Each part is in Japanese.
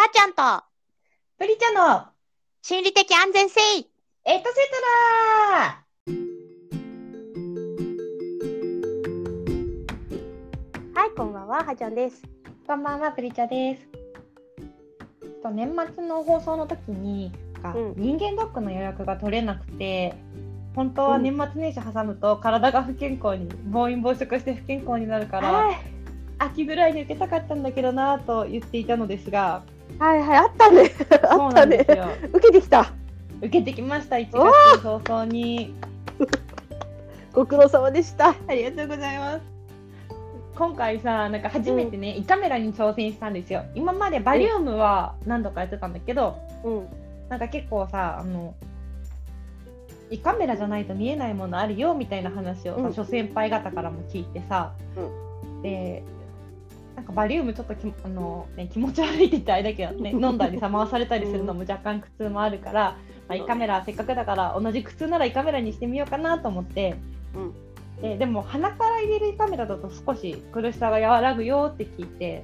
ちゃんとプリちゃんの心理的安全性エトセトラ。 はい、こんばんは、はちゃんです。 こんばんは、プリちゃんです。年末の放送の時に、人間ドックの予約が取れなくて、本当は年末年始挟むと体が不健康に、暴飲暴食して不健康になるから、秋ぐらいに受けたかったんだけどなと言っていたのですが、 はいはい、あったね。 そうなんですよ。 受けてきた。 受けてきました、1月早々に。 ご苦労様でした。 ありがとうございます。今回さ、なんか初めてね、胃カメラに挑戦したんですよ。今までバリウムは何度かやってたんだけど、なんか結構さ、胃カメラじゃないと見えないものあるよみたいな話をさ、諸先輩方からも聞いてさ、でなんかバリウムちょっと気持ち悪いって言ってあれだけどね、飲んだりさ回されたりするのも若干苦痛もあるから、胃カメラせっかくだから同じ苦痛なら胃カメラにしてみようかなと思って、でも鼻から入れる胃カメラだと少し苦しさが和らぐよって聞いて、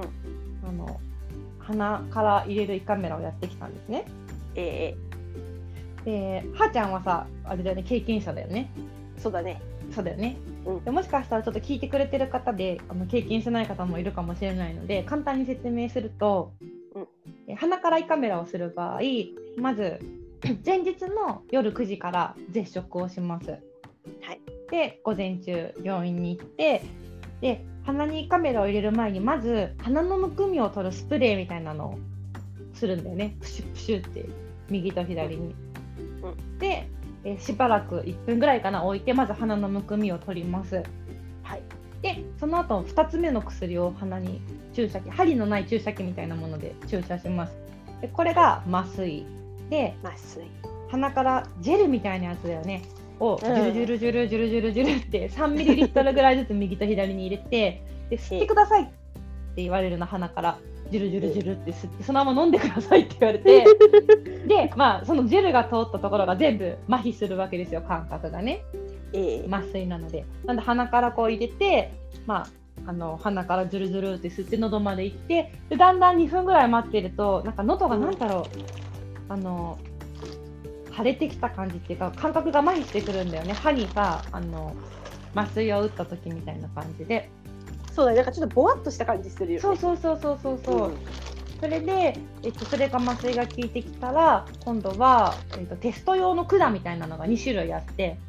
鼻から入れる胃カメラをやってきたんですね。で、はーちゃんはさ、あれだよね、経験者だよね。 そうだね。 でもしかしたらちょっと聞いてくれてる方で経験してない方もいるかもしれないので、簡単に説明すると、鼻から胃カメラをする場合、まず前日の夜9時から絶食をします。で、午前中病院に行って、で鼻にカメラを入れる前にまず鼻のむくみを取るスプレーみたいなのをするんだよね。プシュプシュって右と左に。で、しばらく1分ぐらいかな置いて、まず鼻のむくみを取ります。でその後2つ目の薬を鼻に注射器、針のない注射器みたいなもので注射します。でこれが麻酔で、鼻からジェルみたいなやつだよねをジュルジュルジュルジュルジュルジュルって3ミリリットルぐらいずつ右と左に入れて、で吸ってくださいって言われるの。鼻からジュルジュルジュルって吸ってそのまま飲んでくださいって言われてで、そのジェルが通ったところが全部麻痺するわけですよ、感覚がね。麻酔なので、なんで鼻からこう入れて、鼻からジュルジュルって吸って喉まで行って、でだんだん2分ぐらい待ってると、なんか喉がなんだろう、腫れてきた感じっていうか、感覚が麻痺してくるんだよね。歯にさ、麻酔を打った時みたいな感じで。 そうだね、なんかちょっとボワッとした感じするよね。 そうそれで、それが麻酔が効いてきたら、今度は、テスト用の管みたいなのが2種類あって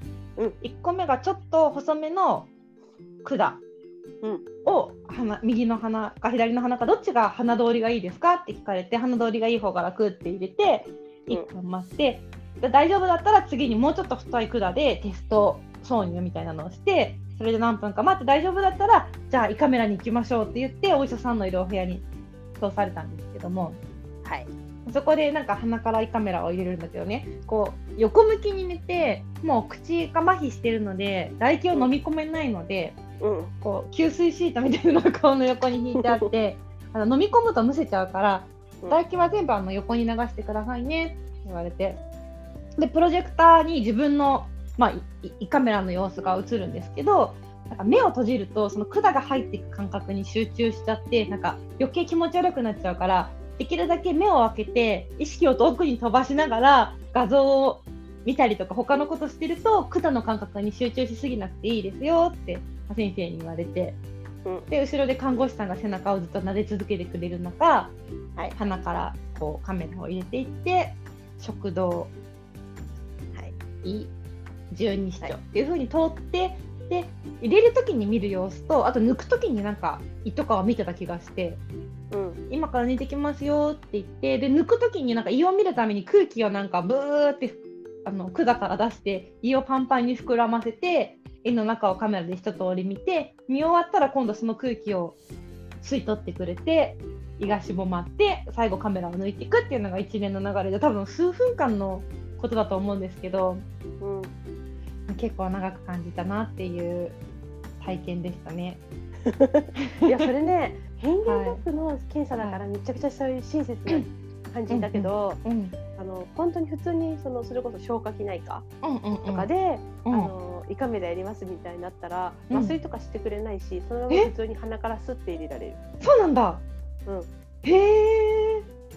、1個目がちょっと細めの管を、右の鼻か左の鼻かどっちが鼻通りがいいですかって聞かれて、鼻通りがいい方からクーって入れて1分待って、大丈夫だったら次にもうちょっと太い管でテスト挿入みたいなのをして、それで何分か待って大丈夫だったらじゃあ胃カメラに行きましょうって言って、お医者さんのいるお部屋に通されたんですけども、そこでなんか鼻から胃カメラを入れるんだけどね、こう横向きに寝て、もう口が麻痺してるので唾液を飲み込めないので、こう吸水シートみたいなのが顔の横に引いてあって飲み込むとむせちゃうから唾液は全部横に流してくださいねって言われて、でプロジェクターに自分の、胃カメラの様子が映るんですけど、なんか目を閉じるとその管が入っていく感覚に集中しちゃって、なんか余計気持ち悪くなっちゃうから、できるだけ目を開けて意識を遠くに飛ばしながら画像を見たりとか他のことしてると、管の感覚に集中しすぎなくていいですよって先生に言われて、で後ろで看護師さんが背中をずっと撫で続けてくれる中、鼻からこうカメラを入れていって、食道、胃、十二指腸っていう風に通って、で入れる時に見る様子と、あと抜く時になんか胃とかを見てた気がして、今から抜いてきますよって言って、で抜く時になんか胃を見るために空気をなんかブーって管から出して胃をパンパンに膨らませて、胃の中をカメラで一通り見て、見終わったら今度その空気を吸い取ってくれて、胃がしぼまって最後カメラを抜いていくっていうのが一連の流れで、多分数分間のことだと思うんですけど、結構長く感じたなっていう体験でしたね。 いやそれね、人間ドックの検査だからめちゃくちゃそういう親切な感じだけど、本当に普通にそれこそ消化器内科とかで、胃カメラやりますみたいになったら、麻酔とかしてくれないし、そのまま普通に鼻からスッて入れられる。 そうなんだ。へえ。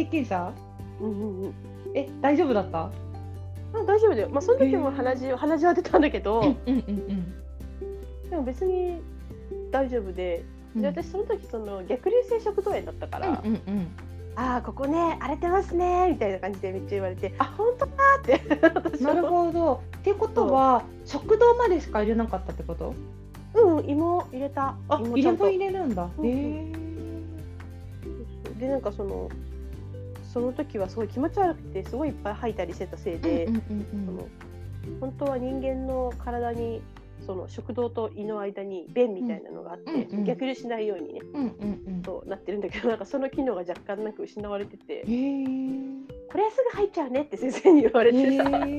経験者？大丈夫だった？ 大丈夫だよ。その時も鼻血は出たんだけど、でも別に大丈夫で、私その時逆流性食道炎だったから、ここね荒れてますねみたいな感じでめっちゃ言われて、本当だってなるほど。ってことは食道までしか入れなかったってこと？ 胃も入れた。 胃も入れるんだ。 でなんかその時はすごい気持ち悪くてすごいいっぱい吐いたりしてたせいで、本当は人間の体にその食道と胃の間に便みたいなのがあって、逆流しないようにね、となってるんだけど、なんかその機能が若干なく失われてて、これはすぐ入っちゃうねって先生に言われてさ、そう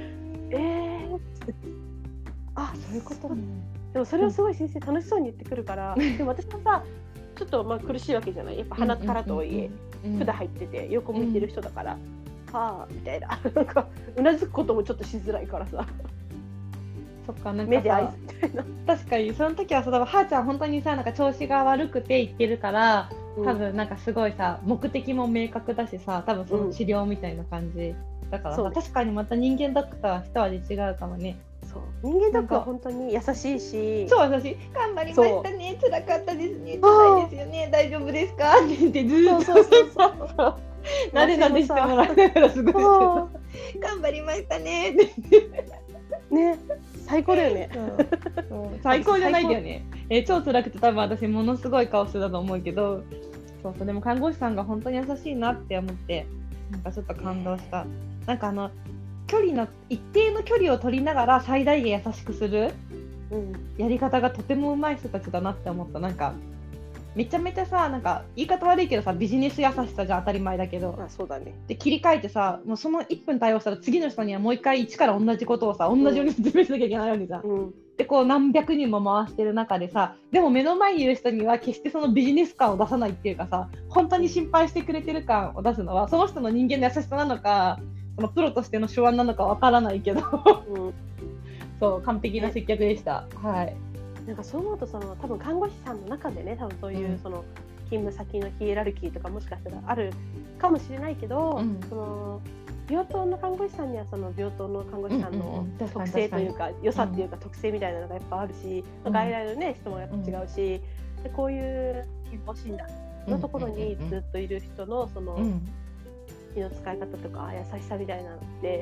いうことね。 でもそれをすごい先生楽しそうに言ってくるから、でも私はさちょっと苦しいわけじゃない。やっぱ鼻からとはいえ管入ってて横向いてる人だから、はあみたいな、なんかうなずくこともちょっとしづらいからさ。 そっか、なんか目で合図みたいな。 確かにその時はさ、はーちゃん本当にさ、なんか調子が悪くて言ってるから、多分なんかすごいさ、目的も明確だしさ、多分その治療みたいな感じだから、確かにまた人間ドクターは一味違うかもね。 人間ドックは本当に優しいし、 そう優しい。頑張りましたね、辛かったですね、辛いですよね、大丈夫ですかって言ってずっとなでなでしてもらいながらすごい頑張りましたねってね、最高だよね。 最高じゃないんだよね。超辛くて多分私ものすごい顔してたと思うけど、でも看護師さんが本当に優しいなって思って、なんかちょっと感動した。なんか一定の距離を取りながら最大限優しくするやり方がとても上手い人たちだなって思った。なんかめちゃめちゃさ、なんか言い方悪いけどさ、ビジネス優しさじゃ当たり前だけど、 そうだね。 で切り替えてさ、もうその1分対応したら次の人にはもう一回一から同じことをさ、同じように説明しなきゃいけないわけじゃん。でこう何百人も回してる中でさ、でも目の前にいる人には決してそのビジネス感を出さないっていうかさ、本当に心配してくれてる感を出すのはその人の人間の優しさなのか、そのプロとしての手腕なのかわからないけど、そう完璧な接客でした。はい。 なんかそう思うと多分看護師さんの中でね、多分そういうその勤務先のヒエラルキーとかもしかしたらあるかもしれないけど、その病棟の看護師さんにはその病棟の看護師さんの特性というか良さっていうか特性みたいなのがやっぱあるし、外来のね人もやっぱ違うし、でこういう健康診断のところにずっといる人のその気の使い方とか優しさみたいなのって、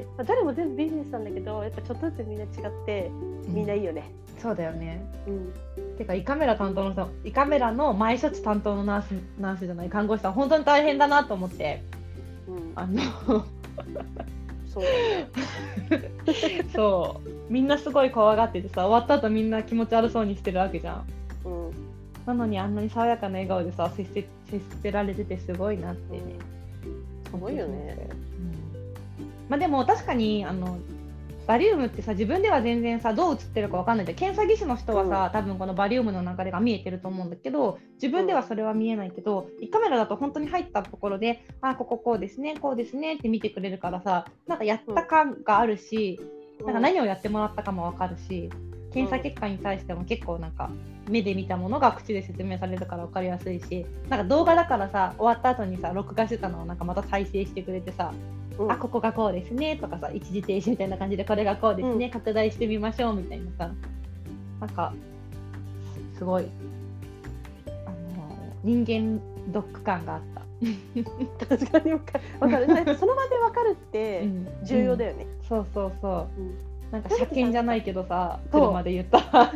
誰も全部ビジネスなんだけど、やっぱちょっとずつみんな違ってみんないいよね。 そうだよね。てか胃カメラ担当の人、胃カメラの前処置担当のナースじゃない看護師さん本当に大変だなと思って、 そうだね。 そうみんなすごい怖がっててさ、終わった後みんな気持ち悪そうにしてるわけじゃん。なのにあんなに爽やかな笑顔でさ接せられててすごいなってね。 すごいよね。 でも確かにバリウムってさ、自分では全然さどう映ってるかわかんないけど、検査技師の人はさ、多分このバリウムの流れが見えてると思うんだけど、自分ではそれは見えないけど、胃カメラだと本当に入ったところで、こここうですねこうですねって見てくれるからさ、なんかやった感があるし、なんか何をやってもらったかもわかるし、検査結果に対しても結構なんか目で見たものが口で説明されるから分かりやすいし、なんか動画だからさ、終わった後にさ録画してたのをなんかまた再生してくれてさ、ここがこうですねとかさ、一時停止みたいな感じでこれがこうですね、拡大してみましょうみたいなさ、なんかすごい人間ドック感があった。 確かに分かる。その場で分かるって重要だよね。 そうそうそう。なんか車検じゃないけどさ、車で言った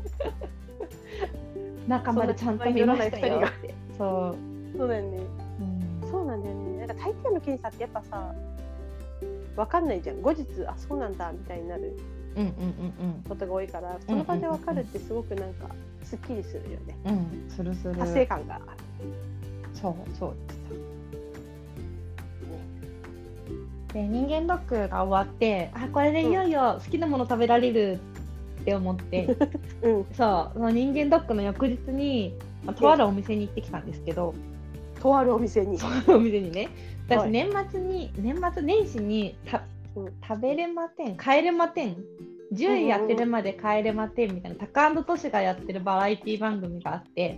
中までちゃんと見ましたよって。 そうだよね。そうなんだよね。なんか大抵の検査ってやっぱさ、分かんないじゃん。後日そうなんだみたいになることが多いから、その場で分かるってすごくなんかすっきりするよね。 する達成感がある。 そうでした。で人間ドックが終わって、これでいよいよ好きなもの食べられるって思って、その人間ドックの翌日に、とあるお店に行ってきたんですけど、 とあるお店にね、私年末年始に食べれまてん帰れまてん10位やってるまで帰れまてんみたいな、タカ&トシがやってるバラエティ番組があって、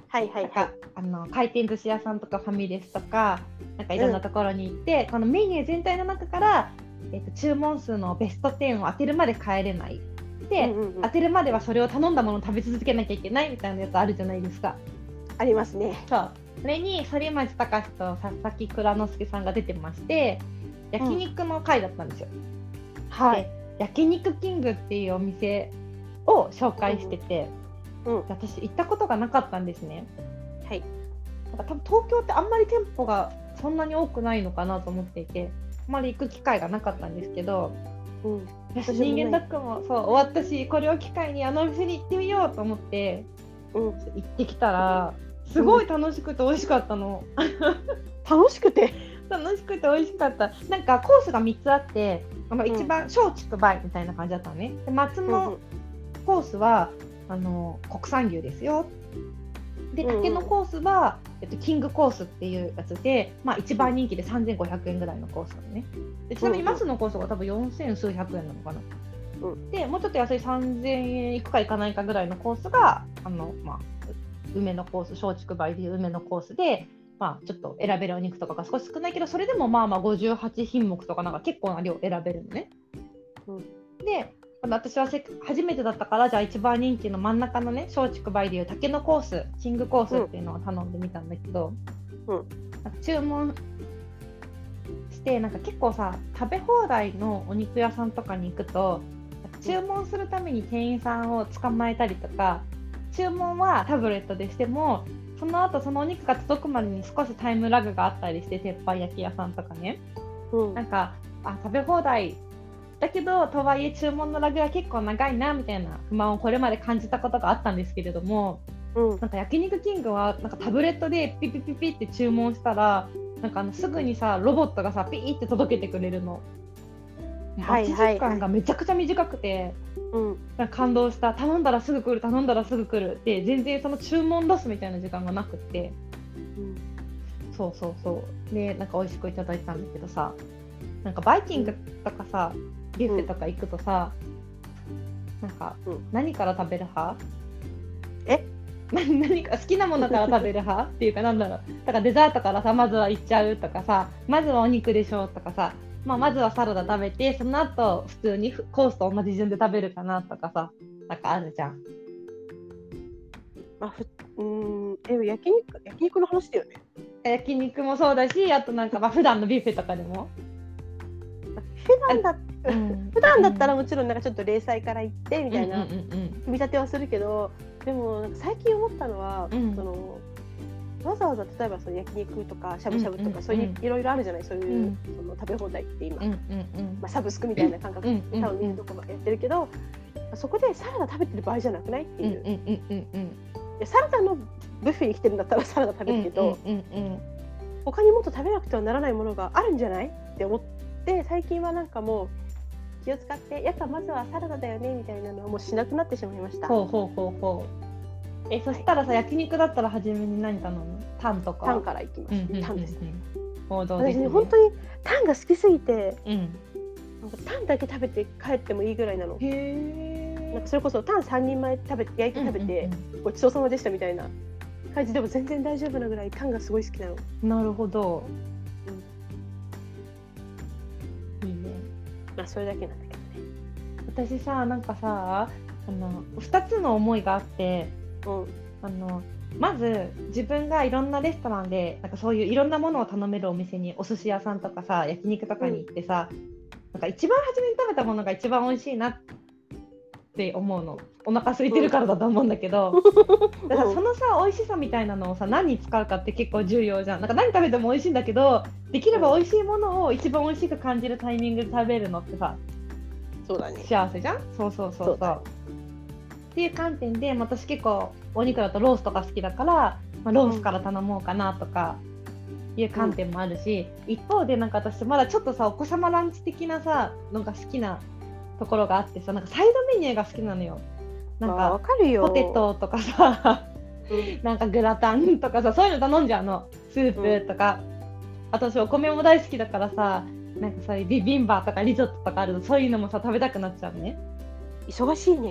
はいはいはい、 なんか回転寿司屋さんとかファミレスとかなんかいろんなところに行って、このメニュー全体の中から、注文数のベスト10を当てるまで帰れないで、当てるまではそれを頼んだものを食べ続けなきゃいけないみたいなやつあるじゃないですか。 ありますね。 そうそれに反町隆史と佐々木蔵之介さんが出てまして、焼肉の回だったんですよ。 はい。 焼肉キングっていうお店を紹介してて、私行ったことがなかったんですね。 はい。 なんか多分東京ってあんまり店舗がそんなに多くないのかなと思っていて、あまり行く機会がなかったんですけど、私人間ドックもそう終わったし、これを機会にあのお店に行ってみようと思って、行ってきたらすごい楽しくて美味しかったの。 楽しくて美味しかった。なんかコースが3つあって、一番松竹梅みたいな感じだったのね。で松のコースは国産牛ですよ。で竹のコースは、キングコースっていうやつで、一番人気で3500円ぐらいのコースなのね。でちなみに松のコースが多分4000数百円なのかな。でもうちょっと安い3000円いくかいかないかぐらいのコースが梅のコース、松竹梅でいう梅のコースで、ちょっと選べるお肉とかが少し少ないけど、それでも58品目とかなんか結構な量選べるのね。で私は初めてだったから、じゃあ一番人気の真ん中のね松竹梅でいう竹のコース、キングコースっていうのを頼んでみたんだけど、なんか注文してなんか結構さ、食べ放題のお肉屋さんとかに行くと注文するために店員さんを捕まえたりとか、注文はタブレットでしてもその後そのお肉が届くまでに少しタイムラグがあったりして、鉄板焼き屋さんとかね、なんか食べ放題だけどとはいえ注文のラグが結構長いなみたいな不満をこれまで感じたことがあったんですけれども、なんか焼肉キングはなんかタブレットでピピピピって注文したら、なんかすぐにさロボットがさピーって届けてくれるの。待ち時間がめちゃくちゃ短くて、なんか感動した。頼んだらすぐ来る、頼んだらすぐ来るで、全然その注文出すみたいな時間がなくって、そうでなんか美味しくいただいたんだけどさ、なんかバイキングとかさ、ビュッフェとか行くとさ、なんか、何から食べる派？何か好きなものから食べる派っていうか、なんだろう、だからデザートからさまずは行っちゃうとかさ、まずはお肉でしょとかさ、まずはサラダ食べてその後普通にコースと同じ順で食べるかなとかさ、なんかあるじゃん。 焼肉の話だよね。 焼肉もそうだし、あとなんか普段のビュッフェとかでも普段だったらもちろんなんかちょっと零細から行ってみたいな見立てはするけど、でもなんか最近思ったのは、わざわざ例えばその焼肉とかしゃぶしゃぶとかそういういろいろあるじゃない、そういうその食べ放題って今、サブスクみたいな感覚で多分見るところやってるけど、そこでサラダ食べてる場合じゃなくないっていう。サラダのブッフェに来てるんだったらサラダ食べるけど、他にもっと食べなくてはならないものがあるんじゃないって思って、最近はなんかもう気を使ってやっぱまずはサラダだよねみたいなのはもうしなくなってしまいました。そしたらさ、焼肉だったら初めに何頼む？タンとか？タンからいきます。タンですね。私ね、本当にタンが好きすぎて、なんかタンだけ食べて帰ってもいいぐらいなの。なんかそれこそタン3人前焼いて食べて、ごちそうさまでしたみたいな感じでも全然大丈夫なぐらいタンがすごい好きなの。 なるほど。いいね。 それだけなんだけどね。私さ、なんかさ、2つの思いがあって、まず自分がいろんなレストランでなんかそういういろんなものを頼めるお店に、お寿司屋さんとかさ焼肉とかに行ってさ、なんか一番初めに食べたものが一番美味しいなって思うの。お腹空いてるからだと思うんだけど、だからそのさ美味しさみたいなのをさ何に使うかって結構重要じゃん。なんか何食べても美味しいんだけど、できれば美味しいものを一番美味しく感じるタイミングで食べるのってさ、 そうだね、 幸せじゃん。そうっていう観点で、私結構お肉だとロースとか好きだから、ロースから頼もうかなとかいう観点もあるし、一方でなんか私まだちょっとさお子様ランチ的なさのが好きなところがあってさ、なんかサイドメニューが好きなのよ。なんかポテトとかさなんかグラタンとかさ、そういうの頼んじゃうの。スープとか、私お米も大好きだからさ、なんかそういうビビンバとかリゾットとかあるとそういうのもさ食べたくなっちゃうね。 忙しいね。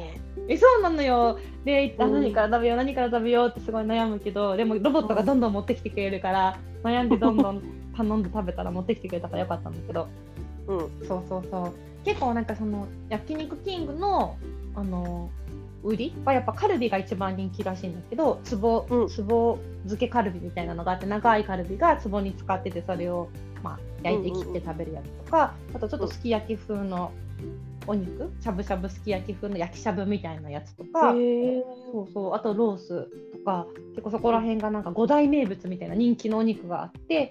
そうなのよ。で、何から食べよう何から食べようってすごい悩むけど、でもロボットがどんどん持ってきてくれるから、悩んでどんどん頼んで食べたら持ってきてくれたからよかったんだけど、そうそうそう。結構なんかその焼肉キングの売りはやっぱカルビが一番人気らしいんだけど、つぼ漬けカルビみたいなのがあって、長いカルビがつぼに使ってて、それを焼いて切って食べるやつとか、あとちょっとすき焼き風のお肉、しゃぶしゃぶすき焼き風の焼きしゃぶみたいなやつとか、そうそう、あとロースとか、結構そこら辺がなんか5大名物みたいな人気のお肉があって、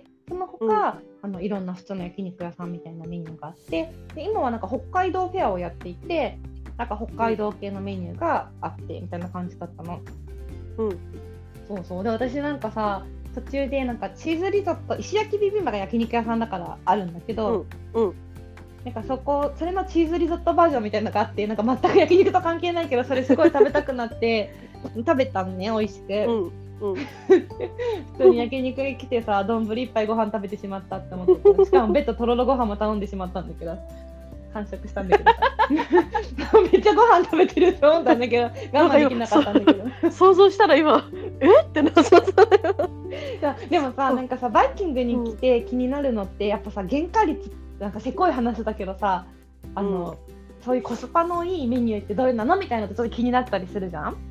その他、いろんな普通の焼肉屋さんみたいなメニューがあって、で今はなんか北海道フェアをやっていて、なんか北海道系のメニューがあってみたいな感じだったの。そうそう。で私なんかさ、途中でなんかチーズリゾット、石焼きビビンバが焼肉屋さんだからあるんだけど、なんかそれのチーズリゾットバージョンみたいなのがあって、なんか全く焼肉と関係ないけど、それすごい食べたくなって食べたのね、美味しく。普通に焼肉に来てさ、丼一杯ご飯食べてしまったって思って、しかも別途とろろご飯も頼んでしまったんだけど、完食したんだけどめっちゃご飯食べてると思ったんだけど、我慢できなかったんだけど想像したら今ってなさでもさ、なんかさ、バイキングに来て気になるのってやっぱさ、原価率なんかせこい話だけどさ、そういうコスパのいいメニューってどれなのみたいなのってちょっと気になったりするじゃん。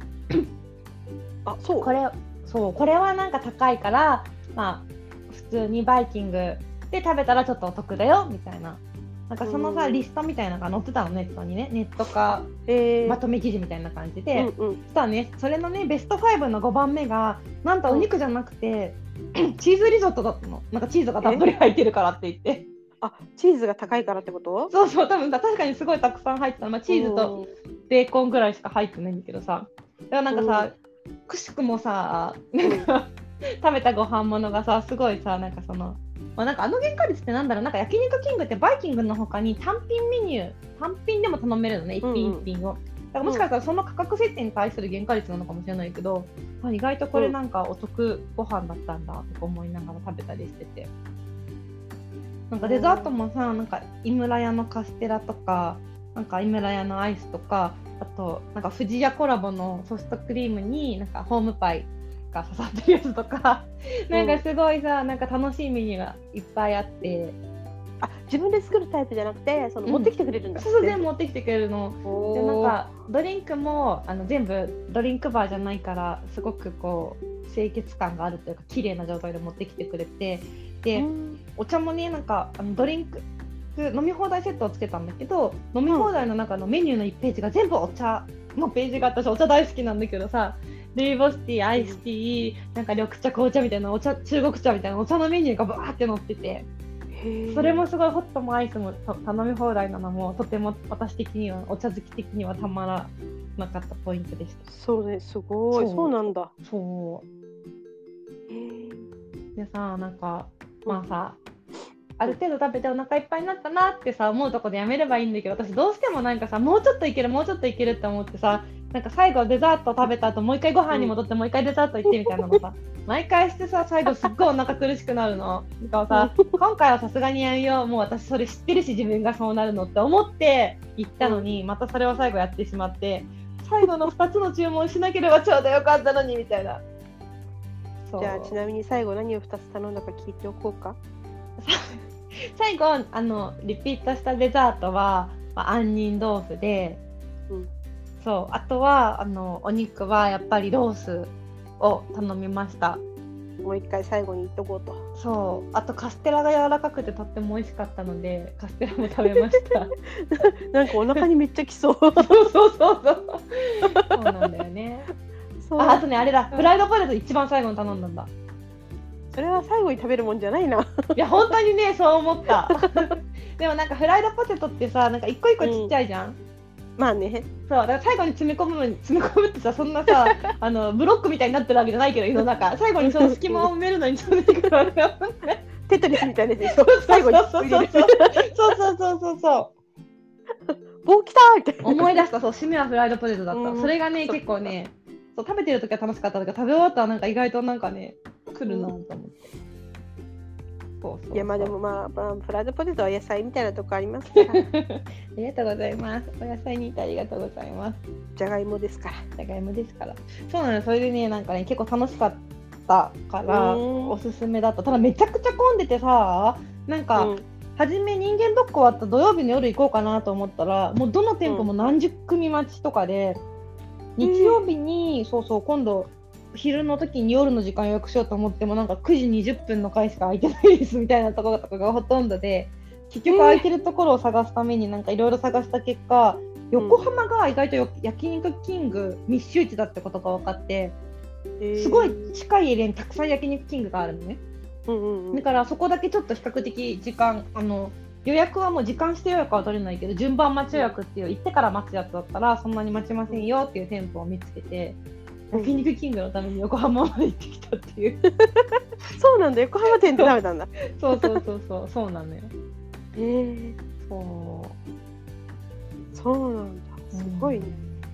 これはなんか高いから、普通にバイキングで食べたらちょっとお得だよみたいな、なんかそのさ、リストみたいなのが載ってたの、ネットにね、ネットか、まとめ記事みたいな感じで、そしたらね、それのねベスト5の5番目がなんとお肉じゃなくて、チーズリゾットだったの。なんかチーズがたっぷり入ってるからって言って。 チーズが高いからってこと？ そうそう、多分確かにすごいたくさん入ってたの、チーズとベーコンぐらいしか入ってないんだけどさ、だからなんかさ、くしくもさ、なんか食べたご飯物がさ、すごいさ、なんかその、なんか原価率ってなんだろう、なんか焼肉キングってバイキングの他に単品メニュー、単品でも頼めるのね、一品一品を。だからもしかしたらその価格設定に対する原価率なのかもしれないけど、意外とこれなんかお得ご飯だったんだとか思いながら食べたりしてて。なんかデザートもさ、なんか井村屋のカステラとか、なんか井村屋のアイスとか、あとなんか富士屋コラボのソフトクリームになんかホームパイが刺さってるやつとか、なんかすごいさ、なんか楽しいメニューがいっぱいあって、 自分で作るタイプじゃなくて、その持ってきてくれるんだって。 そう、全部持ってきてくれるの。でなんかドリンクも全部ドリンクバーじゃないから、すごくこう清潔感があるというか綺麗な状態で持ってきてくれて、でお茶もね、なんかドリンク飲み放題セットをつけたんだけど、飲み放題の中のメニューの1ページが全部お茶のページがあったし、お茶大好きなんだけどさ、ルイボスティー、アイスティー、なんか緑茶、紅茶みたいなお茶、中国茶みたいなお茶のメニューがバーって載ってて、それもすごいホットもアイスも頼み放題なのも、とても私的には、お茶好き的にはたまらなかったポイントでした。 そうね、すごい。そうなんだ。 そうでさ、なんかさ、ある程度食べてお腹いっぱいになったなってさ思うとこでやめればいいんだけど、私どうしてもなんかさ、もうちょっといけるもうちょっといけるって思ってさ、なんか最後デザート食べた後もう一回ご飯に戻って、もう一回デザート行ってみたいなのさ毎回してさ、最後すっごいお腹苦しくなるの。だからさ、今回はさすがにやめよう、もう私それ知ってるし自分がそうなるのって思って行ったのに、またそれを最後やってしまって、最後の2つの注文しなければちょうどよかったのにみたいな。 じゃあちなみに最後何を2つ頼んだか聞いておこうか。 最後リピートしたデザートは、杏仁豆腐で、そう、あとはお肉はやっぱりロースを頼みました。 もう一回最後に言っとこうと。 そう、あとカステラが柔らかくてとっても美味しかったのでカステラも食べましたなんかお腹にめっちゃきそうそうなんだよね。あとね、あれだ、フライドポテト一番最後に頼んだんだ。 それは最後に食べるもんじゃないな。いや本当にね、そう思ったでもなんかフライドポテトってさ、なんか一個一個ちっちゃいじゃん、 まあね。 そうだから最後に詰め込むってさ、そんなさブロックみたいになってるわけじゃないけど、胃の中最後にその隙間を埋めるのにちょっとテトリスみたいなやつでしょ。最後に入れる。 そう棒きたーみたいな思い出した。そう、締めはフライドポテトだった。それがね、結構ね、そう食べてる時は楽しかったけど、食べ終わったらなんか意外となんかね、来るなと思って。 いやまあでもフライドポテトは野菜みたいなとこありますからありがとうございます。お野菜にいてありがとうございます。 じゃがいもですから。 じゃがいもですから。そうなの。それでね、なんかね、結構楽しかったからおすすめだった。ただめちゃくちゃ混んでてさ、なんか、初め人間ドック終わった土曜日の夜行こうかなと思ったら、もうどの店舗も何十組待ちとかで、日曜日に今度昼の時に夜の時間予約しようと思ってもなんか9時20分の回しか空いてないですみたいなところとかがほとんどで、結局空いてるところを探すためになんかいろいろ探した結果、横浜が意外と焼肉キング密集地だってことが分かって、すごい近いエリアにたくさん焼肉キングがあるのね。だからそこだけちょっと比較的時間予約はもう時間指定予約は取れないけど順番待ち予約っていう行ってから待つやつだったらそんなに待ちませんよっていう店舗を見つけて、焼肉キングのために横浜まで行ってきたっていうそうなんだ、横浜店で食べたんだそうそうなのよ。 そうなんだ、すごいね、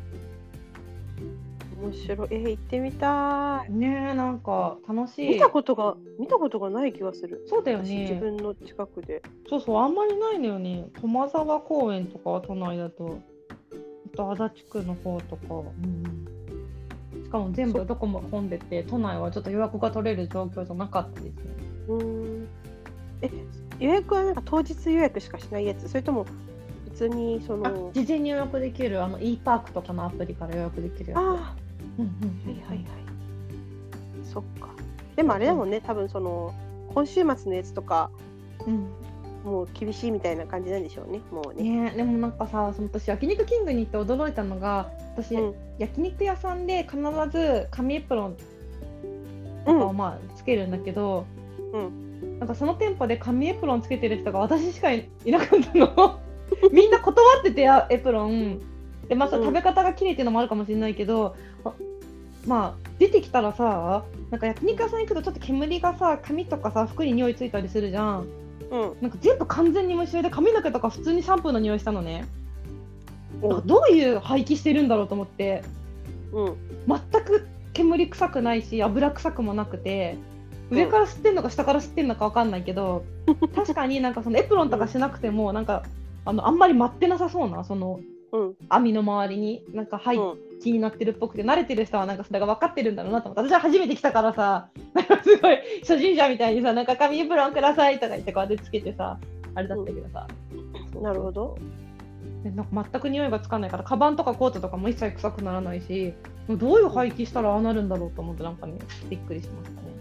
面白い。行ってみたいね。なんか楽しい。 見たことがない気がする。 そうだよね。 自分の近くで。 そうあんまりないのよね。駒沢公園とかは都内だと、あと足立区の方とか、しかも全部どこも混んでて、都内はちょっと予約が取れる状況じゃなかったですね。 予約はなんか当日予約しかしないやつ、それとも普通に事前に予約できるe パークとかのアプリから予約できるやつ。はいそっか。でもあれだもんね、多分今週末のやつとか、もう厳しいみたいな感じなんでしょうね、もうね。 でもなんかさ、私焼肉キングに行って驚いたのが、私、焼肉屋さんで必ず紙エプロンとかをつけるんだけど、なんかその店舗で紙エプロンつけてる人が私しかいなかったのみんな断ってて、エプロンで、食べ方が綺麗っていうのもあるかもしれないけど、出てきたらさ、なんか焼肉屋さん行くとちょっと煙がさ、紙とかさ服に匂いついたりするじゃん。なんか全部完全に無臭で、髪の毛とか普通にシャンプーの匂いしたのね。どういう排気してるんだろうと思って、全く煙臭くないし油臭くもなくて、上から吸ってんのか下から吸ってんのか分かんないけど、確かになんかそのエプロンとかしなくてもなんかあんまり舞ってなさそうな網の周りになんか排気になってるっぽくて、慣れてる人はなんかそれが分かってるんだろうなと思って、私は初めて来たからさ、なんかすごい初心者みたいにさ、なんか紙エプロンくださいとか言ってこうやってつけてさ、あれだったけどさ、 なるほど。 でなんか全く匂いがつかないから、カバンとかコートとかも一切臭くならないし、どういう排気したらああなるんだろうと思って、なんかねびっくりしましたね。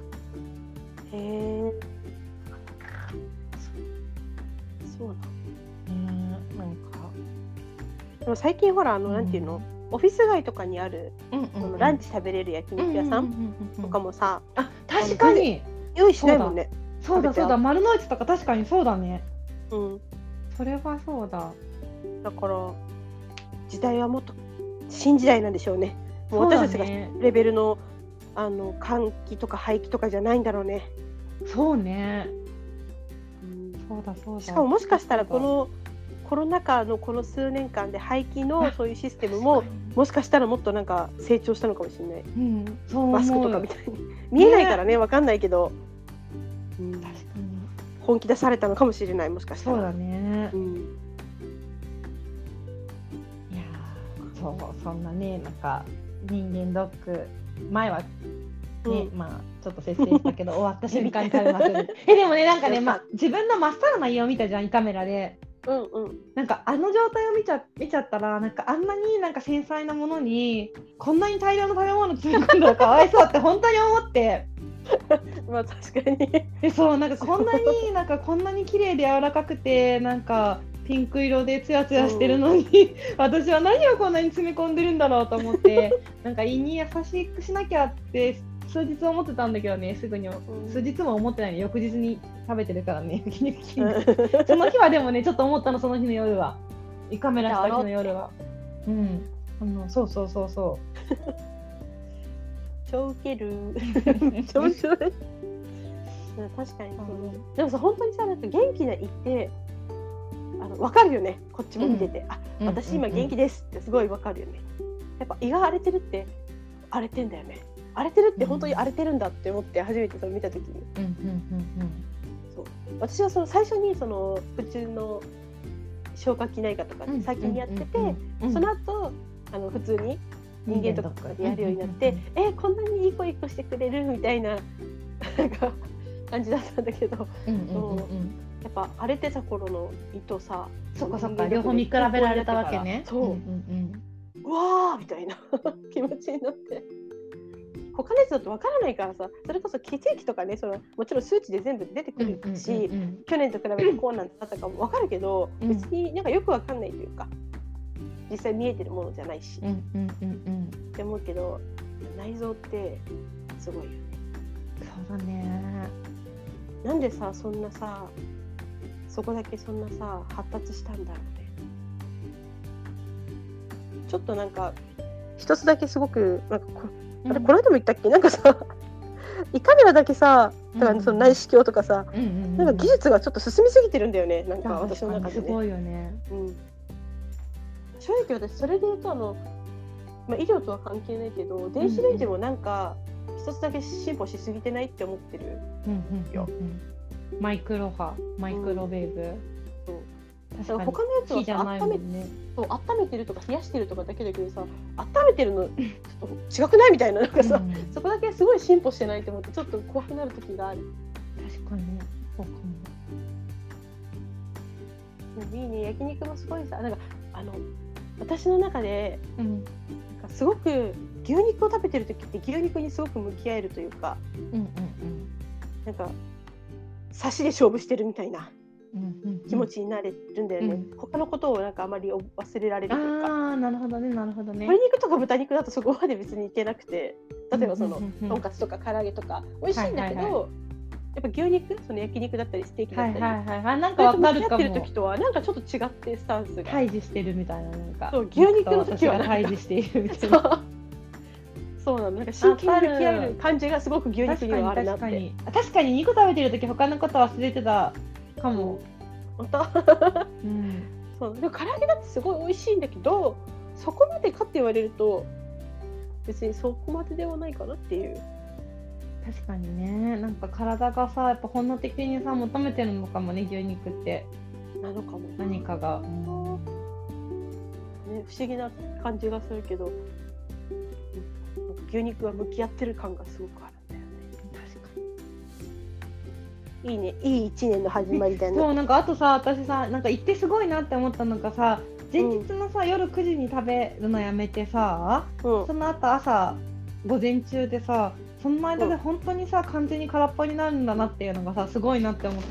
そうなんなんかでも最近ほらなんていうの、オフィス街とかにある、ランチ食べれる焼肉屋さんとかもさ、 確かに用意しないもんね。 そうだ、丸の内とか確かにそうだね。それはそうだ。 だから時代はもっと新時代なんでしょうね。もう私たちがレベルの換気とか排気とかじゃないんだろうね。 そうね。そうだ。 しかももしかしたらこのコロナ禍のこの数年間で排気のそういうシステムももしかしたらもっとなんか成長したのかもしれない。マスクとかみたいに見えないからね、わかんないけど、確かに本気出されたのかもしれない、もしかしたら。 そうだね。いやそんなね、なんか人間ドック前はね、ちょっと節制したけど終わった瞬間に食べまくるでもね、なんかね、自分のまっさらな家を見たじゃん、胃カメラで。なんか状態を見ちゃったら、なんかあんなになんか繊細なものにこんなに大量の食べ物詰め込んだらかわいそうって本当に思って確かにそう、なんかこんなに綺麗で柔らかくて、なんかピンク色でツヤツヤしてるのに、私は何をこんなに詰め込んでるんだろうと思ってなんか胃に優しくしなきゃって数日思ってたんだけどね、数日も思ってないね、翌日に食べてるからねその日はでもねちょっと思ったの、その日の夜は、胃カメラした日の夜は。そう超ウケる超面白い確かにでもさ、本当にさ、なんか元気な胃って分かるよね、こっちも見てて、私今元気ですってすごい分かるよね。やっぱ胃が荒れてるって荒れてんだよね、荒れてるって本当に荒れてるんだって思って初めてそれ見た時に、 私はその最初にその普通の消化器内科とかで先にやってて、その後普通に人間とかでやるようになって、こんなにいい子いい子してくれるみたいななんか感じだったんだけど、やっぱ荒れてた頃の胃とさ、 そっかそっか、両方見比べられたわけね。 そう、うわーみたいな気持ちになって。他のやつだと分からないからさ、それこそ血液とかね、もちろん数値で全部出てくるし、去年と比べてこうなんだったかも分かるけど、別になんかよく分かんないというか、実際見えてるものじゃないし、って思うけど、内臓ってすごいよね。 そうだね。 なんでさ、そんなさ、そこだけそんなさ発達したんだろうね。ちょっとなんか一つだけすごくなんかこの間も言ったっけ、なんかさ胃カメラだけさ、その内視鏡とかさ、なんか技術がちょっと進みすぎてるんだよね、なんか私の中でね。 すごいよね。 正直私それで言うと医療とは関係ないけど、電子レンジもなんか一つだけ進歩しすぎてないって思ってるよ。 マイクロ波、マイクロウェーブ。 他のやつはさ、温めてるとか冷やしてるとかだけだけどさ、温めてるのちょっと違くないみたいな、なんかさ、そこだけすごい進歩してないと思ってちょっと怖くなる時がある。 確かにそうかも。いいね、焼肉もすごいさ、なんか私の中で、なんかすごく牛肉を食べてる時って牛肉にすごく向き合えるというか、なんかサシで勝負してるみたいな気持ちになれるんだよね。他のことをなんかあまり忘れられるというか。 なるほどね、なるほどね。 鶏肉とか豚肉だとそこまで別にいけなくて、例えばそのとんかつとか唐揚げとか美味しいんだけど、やっぱ牛肉、その焼肉だったりステーキだったり、 なんか分かるかも。 やってる時とはなんかちょっと違ってスタンスが対峙してるみたいな、なんか。 そう、牛肉の時は対峙しているみたいな。 そうなの、なんか真剣に向き合える感じがすごく牛肉にはあるなって。 確かに肉食べてる時他のこと忘れてたかも。 本当そうでも唐揚げだってすごい美味しいんだけど、そこまでかって言われると別にそこまでではないかなっていう。 確かにね、なんか体がさ、やっぱ本能的にさ求めてるのかもね、牛肉ってなのかも、 何かが、 ね、不思議な感じがするけど、牛肉は向き合ってる感がすごくあるんだよね。確かにいいね、いい1年の始まりだね。 そう、なんかあとさ、私さ、なんか行ってすごいなって思ったのがさ、前日のさ、夜9時に食べるのやめてさ、その後朝午前中でさ、その間で本当にさ、完全に空っぽになるんだなっていうのがさ、すごいなって思った。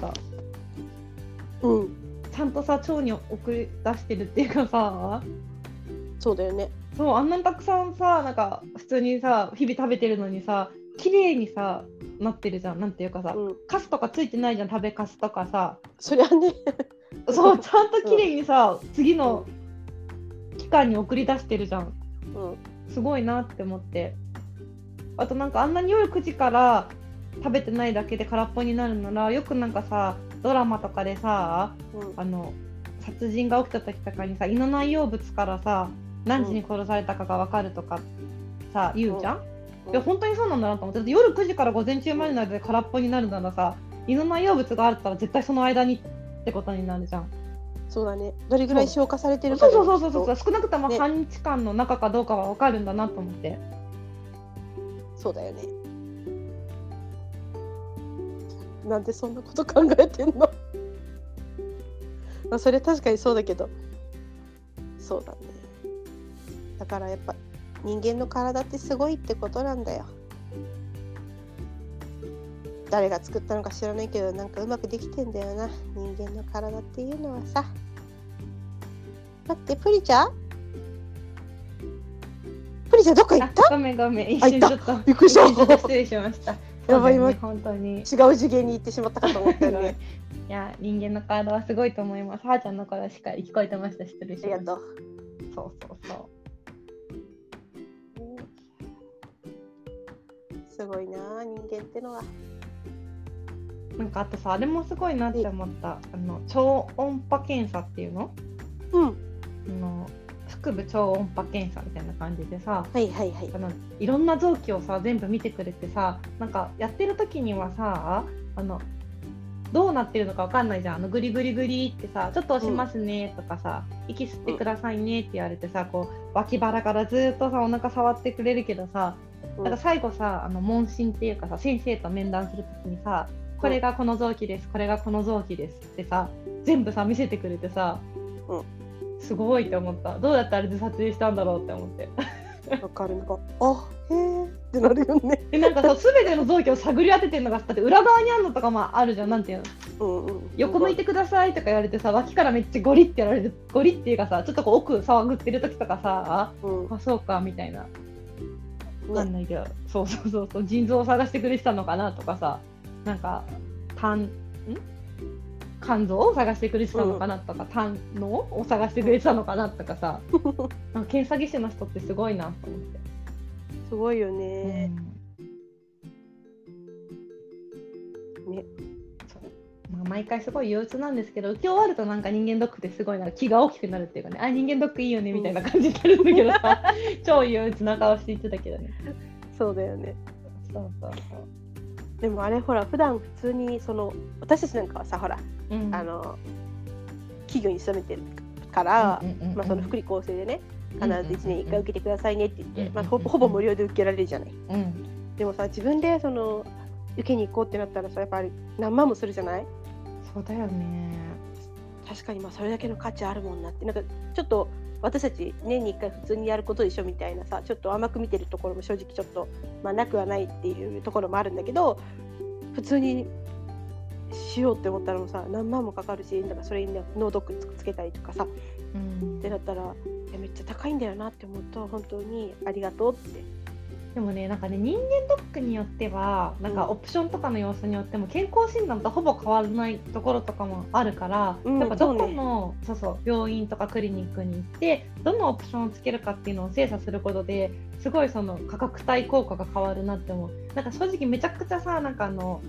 ちゃんとさ、腸に送り出してるっていうかさ。 そうだよね。 そう、あんなにたくさんさ、なんか普通にさ、日々食べてるのにさ、綺麗にさなってるじゃん。なんていうかさ、カスとかついてないじゃん、食べカスとかさ。 そりゃね。 そう、ちゃんと綺麗にさ、次の期間に送り出してるじゃん。すごいなって思って。あとなんかあんなに夜9時から食べてないだけで空っぽになるなら、よくなんかさ、ドラマとかでさ、殺人が起きた時とかにさ、胃の内容物からさ、何時に殺されたかが分かるとかさ、言うじゃん。いや本当にそうなんだなと思って、夜9時から午前中までの間で空っぽになるならさ、胃の内容物があったら絶対その間にってことになるじゃん。 そうだね。どれぐらい消化されてるか。 そう少なくとも半日間の中かどうかは分かるんだなと思って。 そうだよね。なんでそんなこと考えてんの。まあそれ確かにそうだけど、そうだね。だからやっぱ人間の体ってすごいってことなんだよ。誰が作ったのか知らないけど、なんかうまくできてんだよな、人間の体っていうのはさ。待って、プリちゃんどっか行った？ ごめん一瞬ちょっとびっくりした。 失礼しました。 やばい、今本当に違う次元に行ってしまったかと思ったよね。 いや、人間の体はすごいと思います。はーちゃんの声はしっかり聞こえてました。失礼しました。 ありがとう。 そうすごいな、人間ってのは。 なんかあとさ、あれもすごいなって思った。超音波検査っていうの？腹部超音波検査みたいな感じでさ、いろんな臓器をさ全部見てくれてさ、なんかやってる時にはさ、 どうなってるのか分かんないじゃん。グリグリグリってさ、ちょっと押しますねとかさ、息吸ってくださいねって言われてさ、こう脇腹からずっとさお腹触ってくれるけどさ、なんか最後さ問診っていうかさ、先生と面談するときにさ、これがこの臓器です、これがこの臓器ですってさ、全部さ見せてくれてさ、すごいって思った。どうやってあれで撮影したんだろうって思って。 わかる。なんかへーってなるよね。 でなんかさ、全ての臓器を探り当ててるのがだって裏側にあるのとかもあるじゃん。なんていうの、横向いてくださいとか言われてさ、脇からめっちゃゴリってやられる、ゴリっていうかさ、ちょっとこう奥触ってる時とかさ、あそうかみたいな、わかんないけど、そう腎臓を探してくれてたのかなとかさ、なんか肝臓を探してくれてたのかなとか、胆のを探してくれてたのかなとかさ、なんか検査技師の人ってすごいなと思って。 すごいよね。 まあ、毎回すごい憂鬱なんですけど、受け終わるとなんか人間ドックってすごいなんか気が大きくなるっていうかね、人間ドックいいよねみたいな感じになるんだけどさ、超憂鬱な顔して言ってたけどね。 そうだよね。でもあれほら、普段普通に私たちなんかはさ、ほら、企業に勤めてるから、その福利厚生でね、必ず1年1回受けてくださいねって言って、ほぼ無料で受けられるじゃない。でもさ、自分で受けに行こうってなったらさ、やっぱり何万もするじゃない。 そうだよね。 確かにそれだけの価値あるもんなって、なんかちょっと私たち年に1回普通にやることでしょみたいなさ、ちょっと甘く見てるところも正直ちょっと、なくはないっていうところもあるんだけど、普通にしようって思ったらもさ、何万もかかるし、なんかそれに脳ドックつけたりとかさ、ってなったらめっちゃ高いんだよなって思うと、本当にありがとうって。 でもね、なんかね、人間ドックによってはなんかオプションとかの様子によっても健康診断とほぼ変わらないところとかもあるから、やっぱどこの病院とかクリニックに行ってどのオプションをつけるかっていうのを精査することですごい価格帯効果が変わるなって思う。なんか正直めちゃくちゃさ、なんか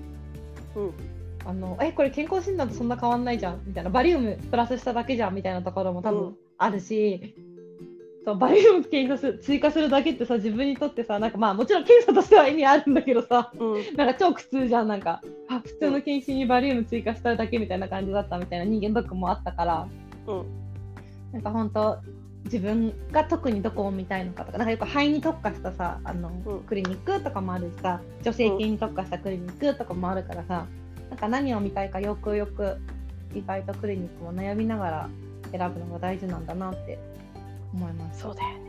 これ健康診断とそんな変わんないじゃんみたいな、バリウムプラスしただけじゃんみたいなところも多分あるし、バリウム追加するだけってさ、自分にとってさ、なんかもちろん検査としては意味あるんだけどさ、なんか超苦痛じゃん。なんか普通の検診にバリウム追加しただけみたいな感じだったみたいな人間ドックもあったから、なんか本当自分が特にどこを見たいのかとか、なんかよく肺に特化したさクリニックとかもあるしさ、女性系に特化したクリニックとかもあるからさ、なんか何を見たいかよく意外とクリニックも悩みながら選ぶのが大事なんだなって思います。 そうだよね。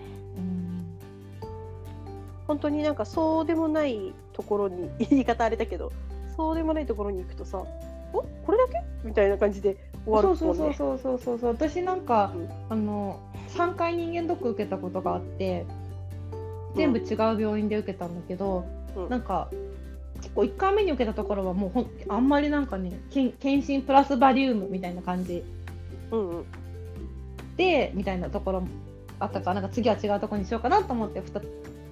本当になんかそうでもないところに、言い方あれだけど、そうでもないところに行くとさ、これだけみたいな感じで終わるもんね。 そう。私なんか、3回人間ドック受けたことがあって、全部違う病院で受けたんだけど、なんか結構1回目に受けたところはもうあんまりなんかね、検診プラスバリウムみたいな感じ、でみたいなところもあったから、なんか次は違うところにしようかなと思って2つ。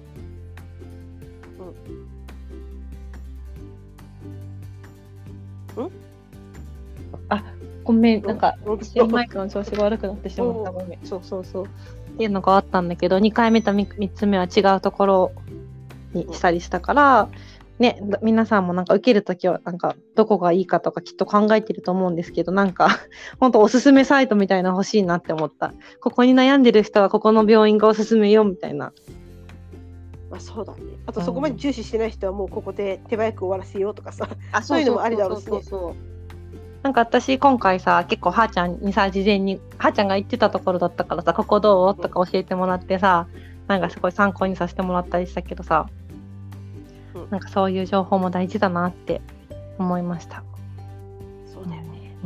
ごめん、なんかマイクの調子が悪くなってしまった。ごめん。そうっていうのがあったんだけど、2回目と3つ目は違うところにしたりしたからね、皆さんもなんか受けるときはなんかどこがいいかとかきっと考えてると思うんですけど、なんか本当おすすめサイトみたいなの欲しいなって思った。ここに悩んでる人はここの病院がおすすめよみたいな。 そうだね。あとそこまで重視してない人はもうここで手早く終わらせようとかさ、そういうのもありだろうしね。 なんか私今回さ、結構はーちゃんにさ、事前にはーちゃんが言ってたところだったからさ、ここどうとか教えてもらってさ、なんかすごい参考にさせてもらったりしたけどさ、なんかそういう情報も大事だなって思いました。 そうだよね。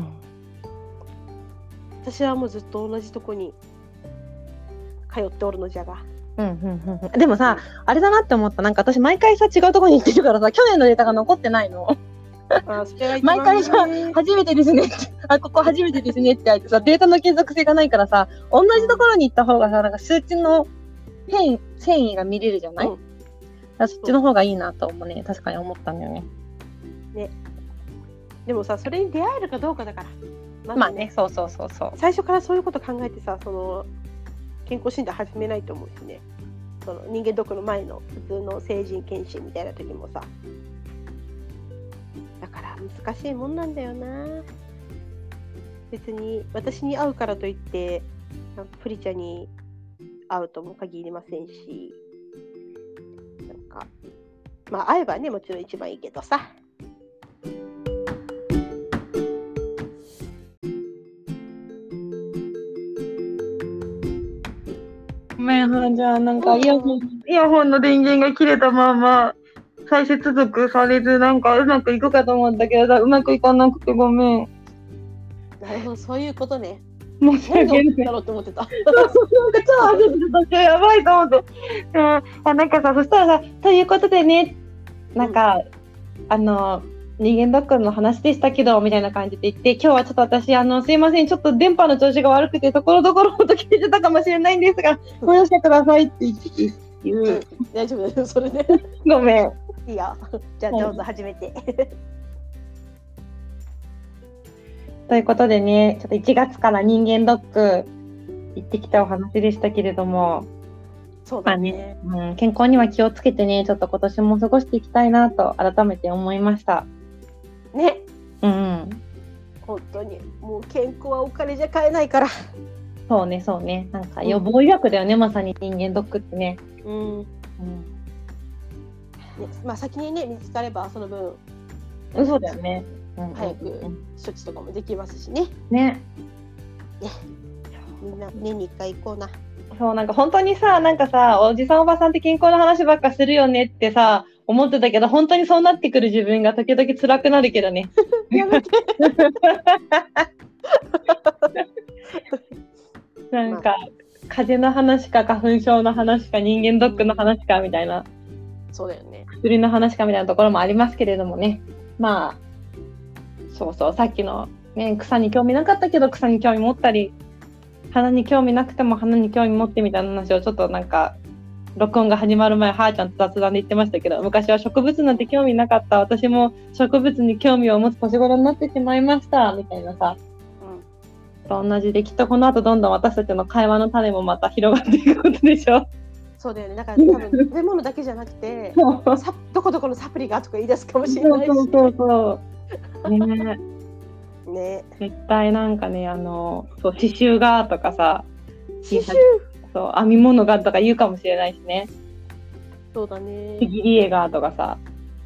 私はもうずっと同じとこに通っておるのじゃが。 でもさ、あれだなって思った。なんか私毎回さ、違うとこに行ってるからさ、去年のデータが残ってないの。毎回さ、初めてですねってここ初めてですねって言ってさ、データの継続性がないからさ、同じところに行った方がさ、なんか数値の遷移が見れるじゃない？そっちの方がいいなと思うね。確かに思ったんだよね。 でもさ、それに出会えるかどうかだから。 まあね、そう。 最初からそういうこと考えてさ、健康診断始めないと思うしね。人間ドックの前の普通の成人検診みたいな時もさ。だから難しいもんなんだよな。別に私に会うからといってプリちゃんに会うとも限りませんし、なんかまあ会えばねもちろん一番いいけどさ。 ごめん、じゃあなんかイヤホンの電源が切れたまま再接続されず、なんかうまくいくかと思ったけどうまくいかなくてごめん。 なるほど、そういうことね。 申し訳ない。 だろうと思ってた。なんか超やばいと思って。なんかさ、そしたらさ、ということでね、なんか、人間ドックの話でしたけどみたいな感じで言って、今日はちょっと私すいません、ちょっと電波の調子が悪くてところどころと聞いてたかもしれないんですが、ご容赦くださいって言う。 大丈夫だよ、それで。 ごめん。 いいよ。じゃあどうぞ始めて。 ということでね、ちょっと1月から人間ドック行ってきたお話でしたけれども、 そうだね。 健康には気をつけてね、ちょっと今年も過ごしていきたいなと改めて思いました。 ね。 本当にもう健康はお金じゃ買えないから。 そうね。なんか予防医学だよね、まさに人間ドックってね。 ね、まあ先にね見つかればその分。 そうだよね。 早く処置とかもできますしね。 ね。 みんな年に1回行こうな。 そう、なんか本当にさ、なんかさ、おじさんおばさんって健康の話ばっかするよねってさ、思ってたけど、本当にそうなってくる自分が時々辛くなるけどね。 やめて。 なんか、風邪の話か花粉症の話か人間ドックの話かみたいな。 そうだよね。 薬の話かみたいなところもありますけれどもね。まあ、そうさっきの、ね、草に興味なかったけど草に興味持ったり、花に興味なくても花に興味持ってみたいな話をちょっとなんか録音が始まる前、はーちゃんと雑談で言ってましたけど、昔は植物なんて興味なかった、私も植物に興味を持つ年頃になってしまいましたみたいなさ、と同じで、きっとこの後どんどん私たちの会話の種もまた広がっていくことでしょ。 そうだよね。だから多分食べ物だけじゃなくてどこどこのサプリがとか言い出すかもしれないし。 そうね。絶対なんかね、刺繍がとかさ、そう編み物がとか言うかもしれないしね。 そうだね。 ちぎり絵がとかさ。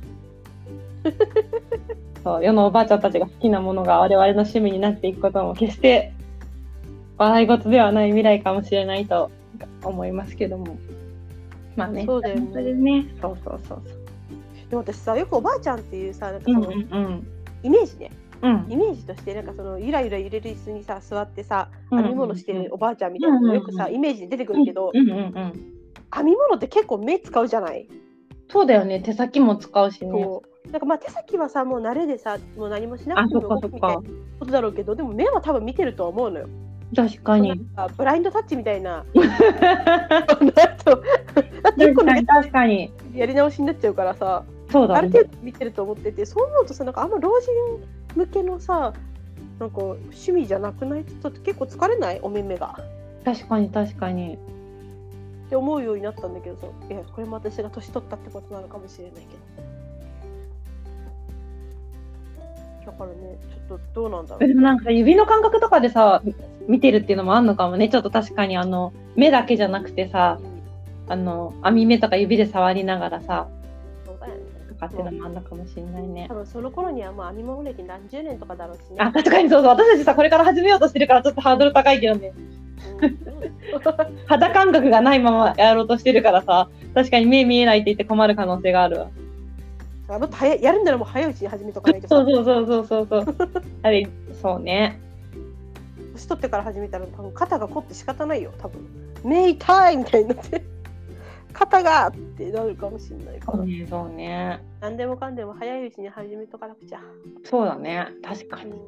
そう、世のおばあちゃんたちが好きなものが我々の趣味になっていくことも決して笑い事ではない未来かもしれないと思いますけども。まあね。 そうだよね。 それね。そう。 でも私さ、よくおばあちゃんっていうさ、なんかその、イメージね。イメージとしてなんかそのゆらゆら揺れる椅子にさ座ってさ編み物してるおばあちゃんみたいなのよくさイメージで出てくるけど、編み物って結構目使うじゃない。 そうだよね、手先も使うしね。 なんかまあ手先はさもう慣れでさもう何もしなくても動くみたいなことだろうけど、でも目は多分見てるとは思うのよ。 確かに。 ブラインドタッチみたいな。 確かに。 やり直しになっちゃうからさ。 そうだね、 ある程度見てると思ってて、そう思うとさ、なんかあんま老人向けのさ、なんか趣味じゃなくないと結構疲れない？お目目が。 確かにって思うようになったんだけどさ、いやこれも私が年取ったってことなのかもしれないけど。だからね、ちょっとどうなんだろう。 でもなんか指の感覚とかでさ見てるっていうのもあんのかもね。ちょっと確かに目だけじゃなくてさ、網目とか指で触りながらさ。っていうのもあんのかもしれないね。 多分その頃にはもう編み物歴何十年とかだろうしね。 あ、確かにそう。私たちさこれから始めようとしてるからちょっとハードル高いけどね。肌感覚がないままやろうとしてるからさ、確かに目見えないって言って困る可能性があるわ。 もっとやるんならもう早いうちに始めとかないとさ。 そうあれ、そうね。 年取ってから始めたら多分肩が凝って仕方ないよ。多分目痛いみたいになって肩がってなるかもしれないから。 そうね。 何でもかんでも早いうちに始めとかなくちゃ。 そうだね。確かに。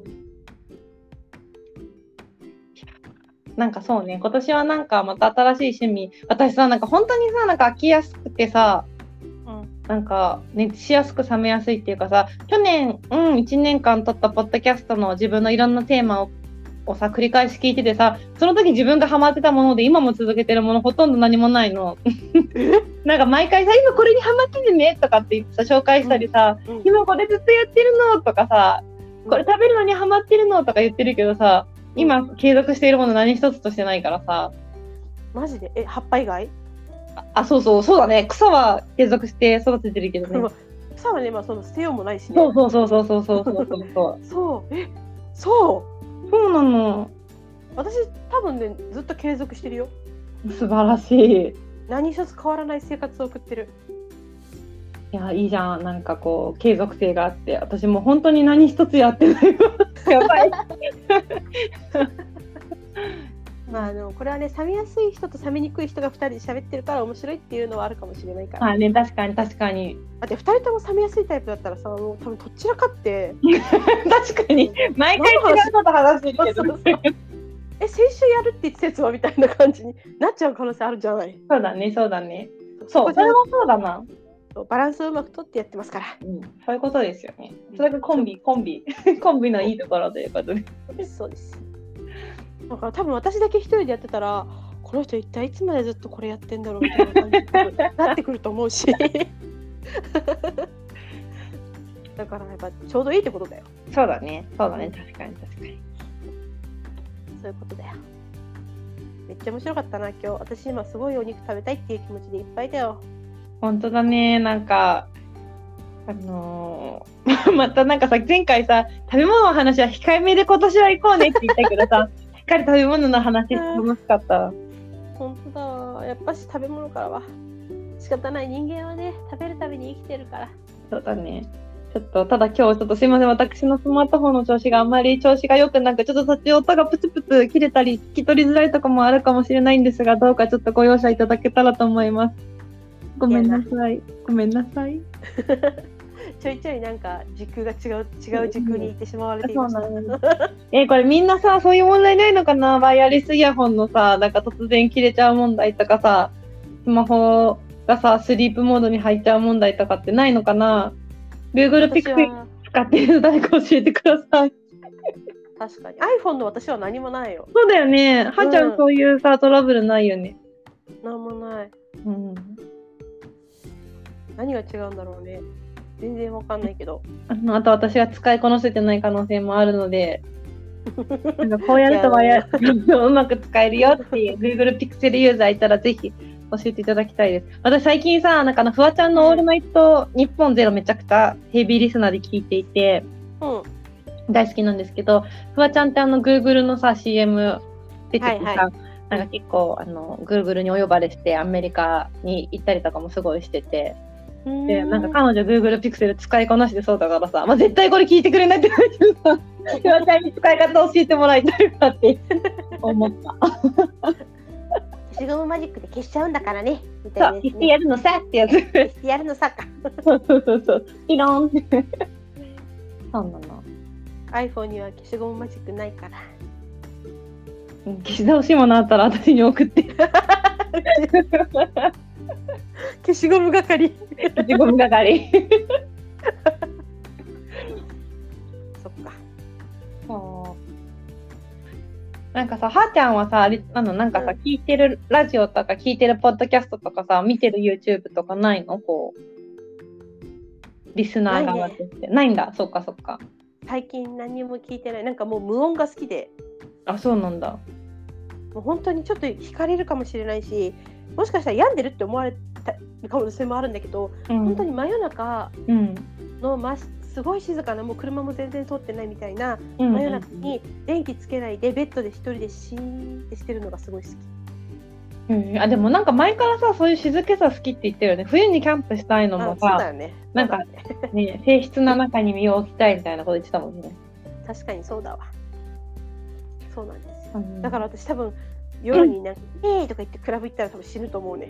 なんかそうね。今年はなんかまた新しい趣味。私さなんか本当にさなんか飽きやすくてさ、なんか熱しやすく冷めやすいっていうかさ、去年1年間撮ったポッドキャストの自分のいろんなテーマををさ繰り返し聞いててさ、その時自分がハマってたもので今も続けてるものほとんど何もないの。なんか毎回さ今これにハマっててねとかって言ってさ紹介したりさ、今これずっとやってるのとかさ、これ食べるのにハマってるのとか言ってるけどさ、今継続しているもの何一つとしてないからさ。 マジで？葉っぱ以外？ そうだね。草は継続して育ててるけどね。 草はね、まあその捨てようもないしね。 そうそうなの。 私多分ねずっと継続してるよ。 素晴らしい。 何一つ変わらない生活を送ってる。 いやいいじゃん。なんかこう継続性があって、私も本当に何一つやってない。やばい。 まあでもこれはね、冷めやすい人と冷めにくい人が2人で喋ってるから面白いっていうのはあるかもしれないから。 あね、確かに。だって 2人とも冷めやすいタイプだったらさ、もう多分どちらかって確かに毎回違うこと話してるけど先週やるって言ってたやつはみたいな感じになっちゃう可能性あるじゃない。 そうだね。そう、それもそうだな。 バランスをうまくとってやってますから、 そういうことですよね。それがコンビのいいところということで。 そうです。だから多分私だけ一人でやってたら、この人一体いつまでずっとこれやってんだろうみたいな感じになってくると思うしだからやっぱちょうどいいってことだよ。 そうだね。確かにそういうことだよ。めっちゃ面白かったな今日。私今すごいお肉食べたいっていう気持ちでいっぱいだよ。 本当だね。なんかまたなんかさ、前回さ食べ物の話は控えめで今年は行こうねって言ったけどさしっかり食べ物の話楽しかった。 本当だわ。やっぱし食べ物からは仕方ない。人間はね食べるために生きてるから。 そうだね。ちょっとただ今日ちょっとすいません、私のスマートフォンの調子があんまり調子が良くなく、ちょっとそっち音がプツプツ切れたり聞き取りづらいとこもあるかもしれないんですが、どうかちょっとご容赦いただけたらと思います。ごめんなさい。 ちょいちょいなんか時空が違う時空にいてしまわれていました。 これみんなさ、そういう問題ないのかな。ワイヤレスイヤホンのさ、なんか突然切れちゃう問題とかさ、スマホがさスリープモードに入っちゃう問題とかってないのかな。 Google Pixel 使っている誰か教えてください。 確かに iPhone の私は何もないよ。 そうだよね。はちゃん、そういうさトラブルないよね。 なんもない。何が違うんだろうね。全然わかんないけど。 あと私が使いこなせてない可能性もあるのでなんかこうやるとうまく使えるよっていう Google Pixel ユーザーいたらぜひ教えていただきたいです。私最近さ、なんかフワちゃんのオールナイト日本ゼロめちゃくちゃヘビーリスナーで聞いていて、大好きなんですけど、フワちゃんってGoogle のさ CM 出ててさ、なんか結構Google にお呼ばれしてアメリカに行ったりとかもすごいしてて、でなんか彼女 Google Pixel 使いこなしてそうだからさ、絶対これ聞いてくれないって言ってさ、フワちゃんに使い方教えてもらいたいなって思った。 消しゴムマジックで消しちゃうんだからねみたいな、 消してやるのさってやつ。 消してやるのさか。 そうピロンってそうなの。 iPhone には消しゴムマジックないから。 消し直しものあったら私に送って消しゴム係消しゴム係そっか。 なんかさ、はーちゃんはさ、なんかさ、聞いてるラジオとか聞いてるポッドキャストとかさ、見てる YouTube とかないの？こうリスナー側として。ないんだ。そっか。 最近何も聞いてない。なんかもう無音が好きで。 あ、そうなんだ。 もう本当にちょっと惹かれるかもしれないし、もしかしたら病んでるって思われた可能性もあるんだけど、本当に真夜中のすごい静かな、もう車も全然通ってないみたいな真夜中に電気つけないでベッドで一人でシーンってしてるのがすごい好き。 でもなんか前からさ、そういう静けさ好きって言ってるよね。冬にキャンプしたいのもさ、 そうだよね。 なんかね、静謐な中に身を置きたいみたいなこと言ってたもんね。 確かにそうだわ。そうなんですよ。だから私多分夜になんかとか言ってクラブ行ったら多分死ぬと思うね。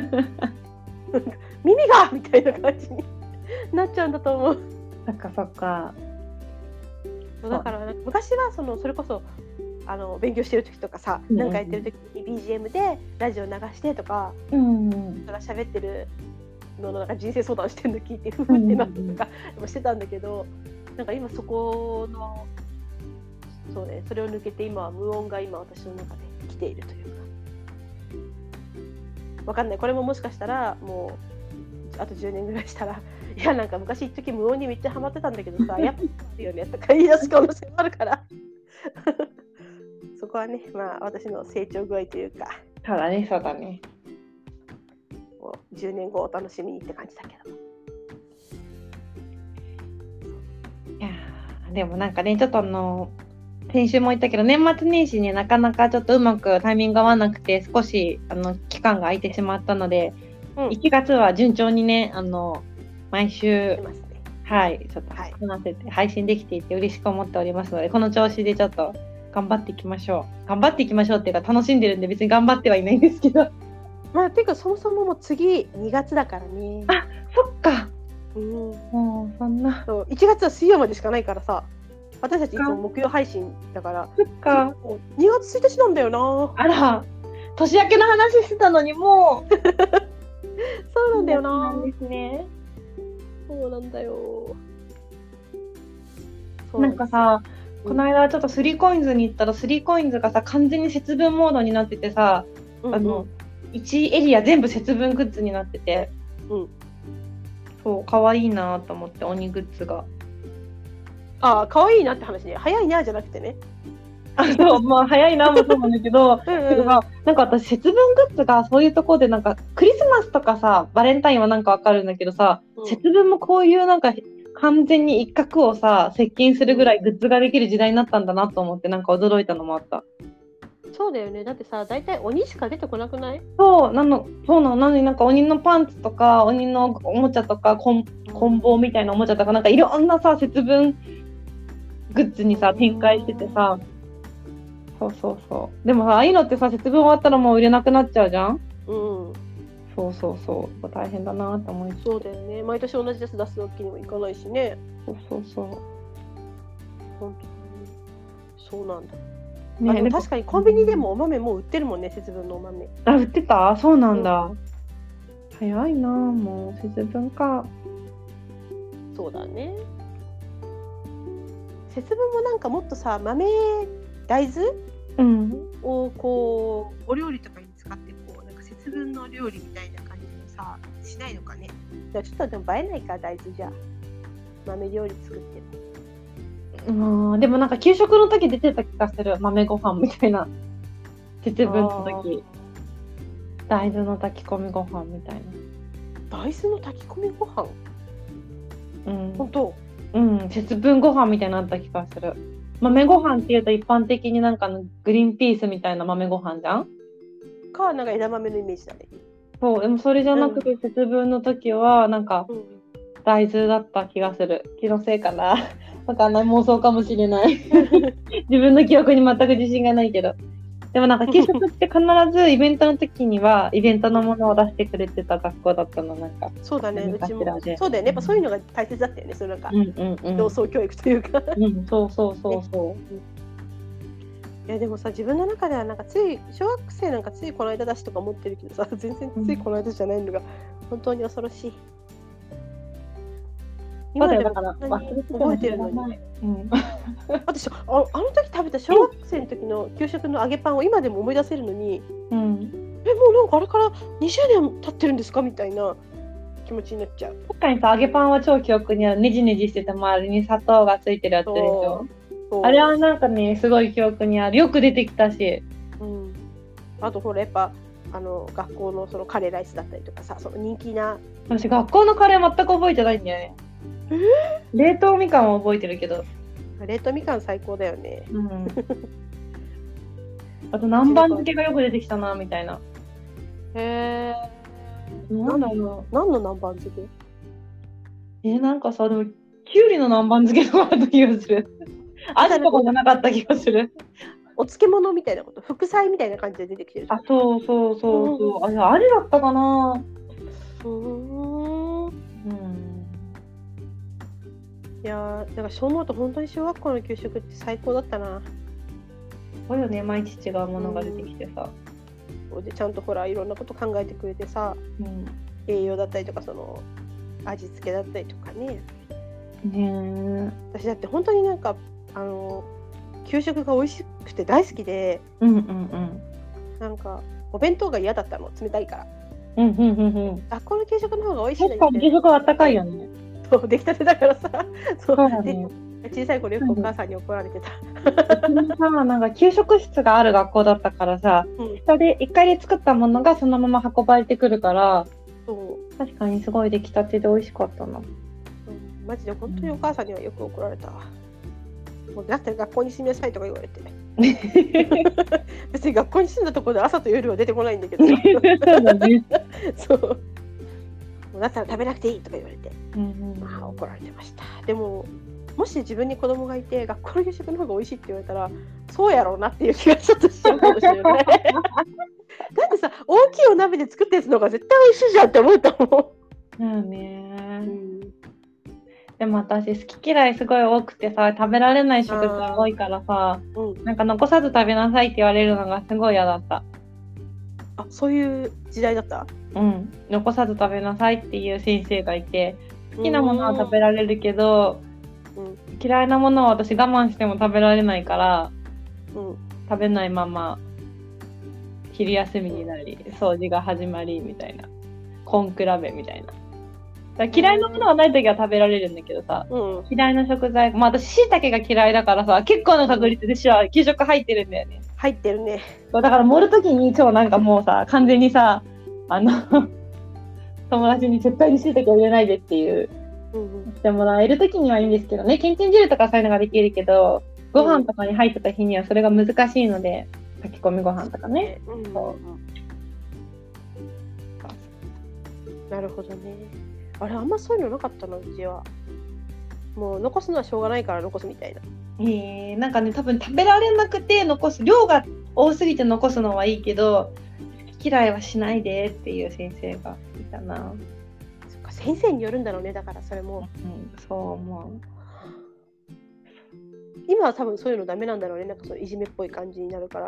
耳がみたいな感じになっちゃうんだと思う。 そっか。 だから昔はそれこそ勉強してる時とかさ、なんかやってる時に BGM でラジオ流してとか、喋ってるのなんか人生相談してるの聞いてふふってなってとかしてたんだけど、なんか今そこのそうね、それを抜けて今は無音が今私の中で来ているというか、わかんない、これももしかしたらもうあと10年ぐらいしたらいやなんか昔一時無音にめっちゃハマってたんだけどさやっぱいいよねとか言い出す可能性もあるからそこはね、まあ私の成長具合というか、 そうだね、そうだね。 もう10年後お楽しみにって感じだけど。 いやでもなんかね、ちょっと先週も言ったけど、年末年始になかなかちょっとうまくタイミング合わなくて、少し期間が空いてしまったので、1月は順調にね、毎週、はい、ちょっと話せて、配信できていて嬉しく思っておりますので、この調子でちょっと頑張っていきましょう。頑張っていきましょうっていうか、楽しんでるんで別に頑張ってはいないんですけど。 まあていうかそもそももう次2月だからね。 あ、そっか。 もうそんな。 1月は水曜までしかないからさ。私たちいつも木曜配信だから。 そっか。 2月1日なんだよな。 あら、年明けの話してたのにもう。 そうなんだよな。 そうなんですね。 そうなんだよ。 なんかさ、この間ちょっと3COINSに行ったら3COINSがさ完全に節分モードになっててさ、1エリア全部節分グッズになってて、そう可愛いなと思って、鬼グッズが。 ああ、可愛いなって話ね。早いなじゃなくてね。 そう、まあ早いなもそうなんだけど、なんか私節分グッズがそういうところで、なんかクリスマスとかさバレンタインはなんかわかるんだけどさ、節分もこういうなんか完全に一角をさ接近するぐらいグッズができる時代になったんだなと思って、なんか驚いたのもあった。 そうだよね。だってさ、大体鬼しか出てこなくない？ そうなのなのに、なんか鬼のパンツとか鬼のおもちゃとか棍棒みたいなおもちゃとか、なんかいろんなさ節分グッズにさ展開しててさ、そうでもさ、ああいうのってさ節分終わったらもう売れなくなっちゃうじゃん。そう大変だなと思います。 そうだよね。毎年同じやつ出すわけにもいかないしね。 そう本当にそうなんだ。ね、でも確かにコンビニでもお豆もう売ってるもんね、節分のお豆。 あ、売ってた？そうなんだ。早いな、もう節分か。 そうだね。節分もなんかもっとさ、大豆、をこうお料理とかに使ってこうなんか節分の料理みたいな感じのさしないのかね。ちょっとでも映えないか、大豆じゃ豆料理作ってる。 でもなんか給食の時出てた気がする、豆ご飯みたいな。節分の時大豆の炊き込みご飯みたいな。 大豆の炊き込みご飯？本当？ 節分ご飯みたいになった気がする。豆ご飯っていうと一般的になんかグリーンピースみたいな豆ご飯じゃんか、なんか枝豆のイメージだね。 そう、でもそれじゃなくて、節分の時はなんか大豆だった気がする。気のせいかなわかんない、妄想かもしれない自分の記憶に全く自信がないけど、でもなんか給食って必ずイベントの時にはイベントのものを出してくれてた学校だったの。なんかそうだね、うちもそうだよね。やっぱそういうのが大切だったよね。そのなんか同窓教育というかそういやでもさ、自分の中ではなんかつい小学生なんかついこの間だしとか思ってるけどさ、全然ついこの間じゃないのが本当に恐ろしい。 今でも覚えてるのに。私あの時食べた小学生の時の給食の揚げパンを今でも思い出せるのに、もうなんかあれから20年経ってるんですかみたいな気持ちになっちゃう。 確かにさ、揚げパンは超記憶にある。ネジネジしてて周りに砂糖がついてるやつでしょ。あれはなんかね、すごい記憶にある。よく出てきたし。 あとほらやっぱ学校のそのカレーライスだったりとかさ、その人気な。 私学校のカレー全く覚えてないんだよね。冷凍みかんは覚えてるけど。 冷凍みかん最高だよね。 あと南蛮漬けがよく出てきたなみたいな。 へえ。 なんだろう。 何の南蛮漬け？ なんかさ、でもきゅうりの南蛮漬けとかあった気がする。アジとかじゃなかった気がする。 お漬物みたいなこと、副菜みたいな感じで出てきてる。 あ、そう。あれだったかな。 いやだからそう思うと本当に小学校の給食って最高だったな。 そうよね、毎日違うものが出てきてさ。 でちゃんとほらいろんなこと考えてくれてさ、栄養だったりとかその味付けだったりとかね。私だって本当になんか給食が美味しくて大好きで、なんかお弁当が嫌だったの、冷たいから。学校の給食の方が美味しいのに。 確かに給食はあったかいよね。 そう出来たてだからさ。 そうだね。 小さい頃よくお母さんに怒られてた。 なんか給食室がある学校だったからさ、それで1回で作ったものがそのまま運ばれてくるから、確かにすごい出来たてで美味しかったな。 マジで本当にお母さんにはよく怒られた。もうだって学校に住みなさいとか言われて。別に学校に住んだところで朝と夜は出てこないんだけど。そう。もうだったら食べなくていいとか言われて、まあ怒られてました。でももし自分に子供がいて学校の給食の方が美味しいって言われたらそうやろうなっていう気がちょっとしちゃうかもしれない。だってさ、大きいお鍋で作ったやつの方が絶対美味しいじゃんって思うと思う。 でも私好き嫌いすごい多くてさ、食べられない食材多いからさ、なんか残さず食べなさいって言われるのがすごい嫌だった。 あ、そういう時代だった？ 残さず食べなさいっていう先生がいて、好きなものは食べられるけど、嫌いなものは私我慢しても食べられないから、食べないまま昼休みになり、掃除が始まりみたいな、根比べみたいな。だ嫌いなものはないときは食べられるんだけどさ、嫌いな食材、まあ私椎茸が嫌いだからさ、結構な確率で給食入ってるんだよね。 入ってるね。 だから盛るときになんかもうさ、完全にさ、友達に絶対に椎茸を入れないでっていうしてもらえるときにはいいんですけどね、けんちん汁とかそういうのができるけど、ご飯とかに入ってた日にはそれが難しいので、炊き込みご飯とかね。 なるほどね。あれあんまそういうのなかったの、うちは。もう残すのはしょうがないから残すみたいな。 なんかね、多分食べられなくて残す、量が多すぎて残すのはいいけど、嫌いはしないでっていう先生がいたな。 そっか、先生によるんだろうね、だからそれも。 そう思う。 今は多分そういうのダメなんだろうね、なんかそういじめっぽい感じになるから。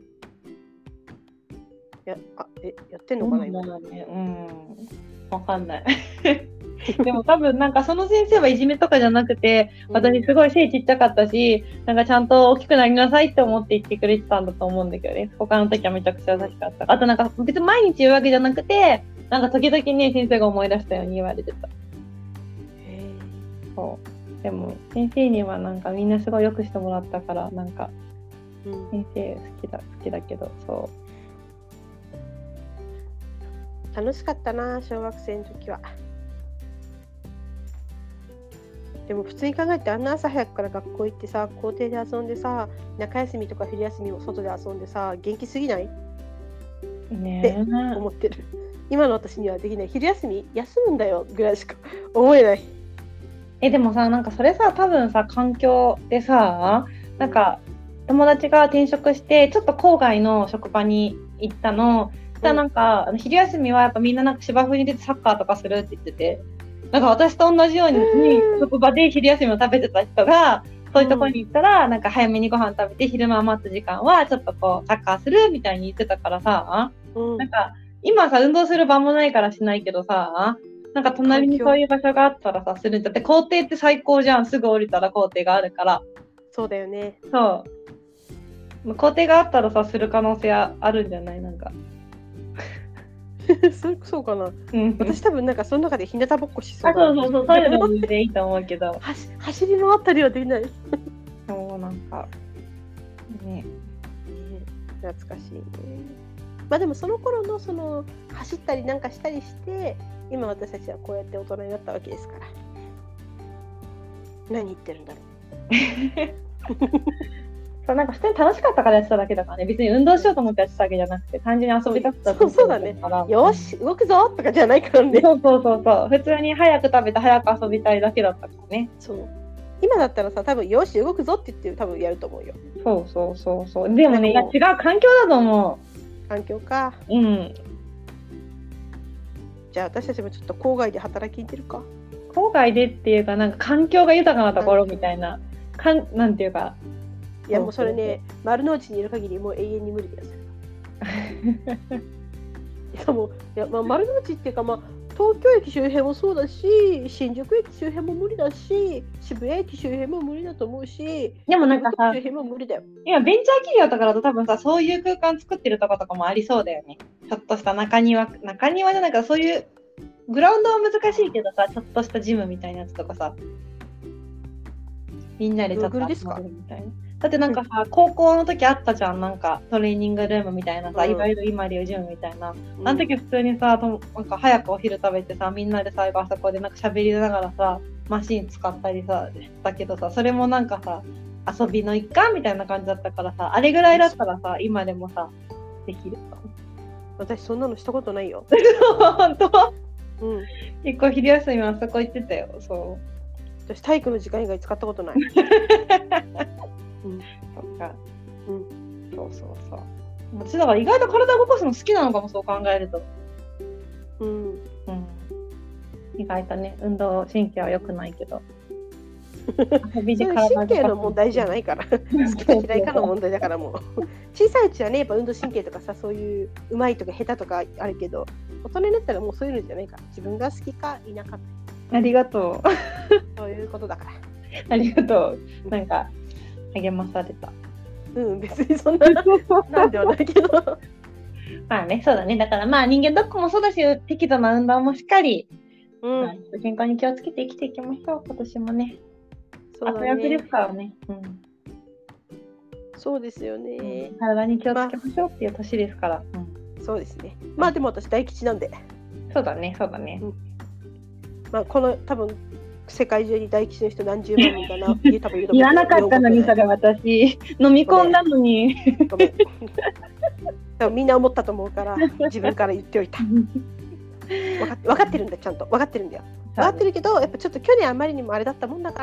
やってんのかな、今。 わかんない。でも多分なんかその先生はいじめとかじゃなくて、私すごい背ちっちゃかったし、なんかちゃんと大きくなりなさいって思って言ってくれてたんだと思うんだけどね。他の時はめちゃくちゃ優しかった。あとなんか別に毎日言うわけじゃなくて、なんか時々ね、先生が思い出したように言われてた。そう。でも先生にはなんかみんなすごい良くしてもらったから、なんか先生好きだけど、そう。 楽しかったな、小学生の時は。でも普通に考えてあんな朝早くから学校行ってさ、校庭で遊んでさ、中休みとか昼休みも外で遊んでさ、元気すぎない？って思ってる。今の私にはできない。昼休み休むんだよぐらいしか思えない。 でもさ、なんかそれさ、多分さ、環境でさ、なんか友達が転職してちょっと郊外の職場に行ったの。なんか昼休みはやっぱみんななんか芝生に出てサッカーとかするって言ってて、なんか私と同じように職場で昼休みを食べてた人がそういうところに行ったら、なんか早めにご飯食べて昼間余った時間はちょっとこうサッカーするみたいに言ってたからさ、なんか今さ運動する場もないからしないけどさ、なんか隣にそういう場所があったらさするんだって。校庭って最高じゃん。すぐ降りたら校庭があるから。 そうだよね。 そう。校庭があったらさする可能性あるんじゃない？なんか。 そうかな、私多分なんかその中で日向ぼっこしそう。 そういうのも全然いいと思うけど走り回ったりはできない。 そうなんかね、 懐かしいね。まあでもその頃のその走ったりなんかしたりして今私たちはこうやって大人になったわけですから。何言ってるんだろう。 なんか普通に楽しかったからやってただけだからね。別に運動しようと思ってやってたわけじゃなくて、単純に遊びたくてそうだね。よし動くぞとかじゃないからね。 そう普通に早く食べて早く遊びたいだけだったからね。 そう今だったらさ、多分よし動くぞって言って多分やると思うよ。 そうでもね、違う環境だと思う。環境か。じゃあ私たちもちょっと郊外で働きに行ってるか。 郊外でっていうか、なんか環境が豊かなところみたいな、なんていうか。 いやもうそれね、丸の内にいる限りもう永遠に無理だよ。いやもう丸の内っていうか、まあ東京駅周辺もそうだし、新宿駅周辺も無理だし、渋谷駅周辺も無理だと思うし、 でもなんかさ、 周辺も無理だよ。 今ベンチャー企業とかだと多分さ、そういう空間作ってるとことかもありそうだよね。ちょっとした中庭じゃないから、そういうグラウンドは難しいけどさ、ちょっとしたジムみたいなやつとかさ、みんなでちょっと集まるみたいな。だってなんかさ、高校の時あったじゃん、なんかトレーニングルームみたいなさ、いわゆる今でいうジムみたいな。あの時普通にさ、なんか早くお昼食べてさ、みんなで最後あそこでなんか喋りながらさ、マシン使ったりさ、だけどさ、それもなんかさ、遊びの一環みたいな感じだったからさ、あれぐらいだったらさ、今でもさ、できるかも。 私そんなのしたことないよ。 本当？ うん。 結構昼休みはあそこ行ってたよ。そう。 私体育の時間以外使ったことない。 うん、そっか。うん。そうそうそう。私だから意外と体動かすの好きなのかも、そう考えると。うん。うん。意外とね、運動神経は良くないけど。 神経の問題じゃないから。好きか嫌いかの問題だからもう。小さいうちはね、やっぱ運動神経とかさ、そういううまいとか下手とかあるけど、大人になったらもうそういうのじゃないから。自分が好きか否か。 ありがとう。 そういうことだから。 ありがとう。なんか励まされた。 うん、別にそんななんではないけど。 まあね、そうだね。だからまあ人間ドックもそうだし、適度な運動もしっかり、健康に気をつけて生きていきましょう。今年もね。そうだね。後役ですからね。うん。 そうですよね。 体に気をつけましょうっていう年ですから。 そうですね。まあでも私大吉なんで。 そうだね、そうだね。 まあこの多分世界中に大吉の人何十万人かな多分言わなかったのにそれ私飲み込んだのに。ごめん。 みんな思ったと思うから自分から言っておいた。分かってるんだ、ちゃんと分かってるんだよ。分かってるけどやっぱちょっと去年あまりにもあれだったもんだから、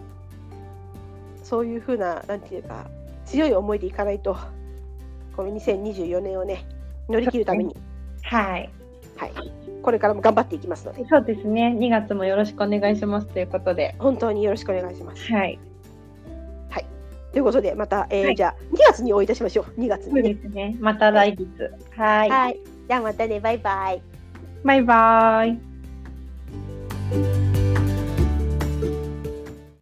そういう風ななんていうか強い思いでいかないとこの2024年をね乗り切るために、 はいはい、これからも頑張っていきますので。 そうですね。2月もよろしくお願いしますということで。 本当によろしくお願いします。 はい。 はい。ということでまた、じゃあ2月にお会いいたしましょう。2月に、ね。 そうですね。また来月。はい。 はい。じゃあまたね。バイバイ。 バイバイ。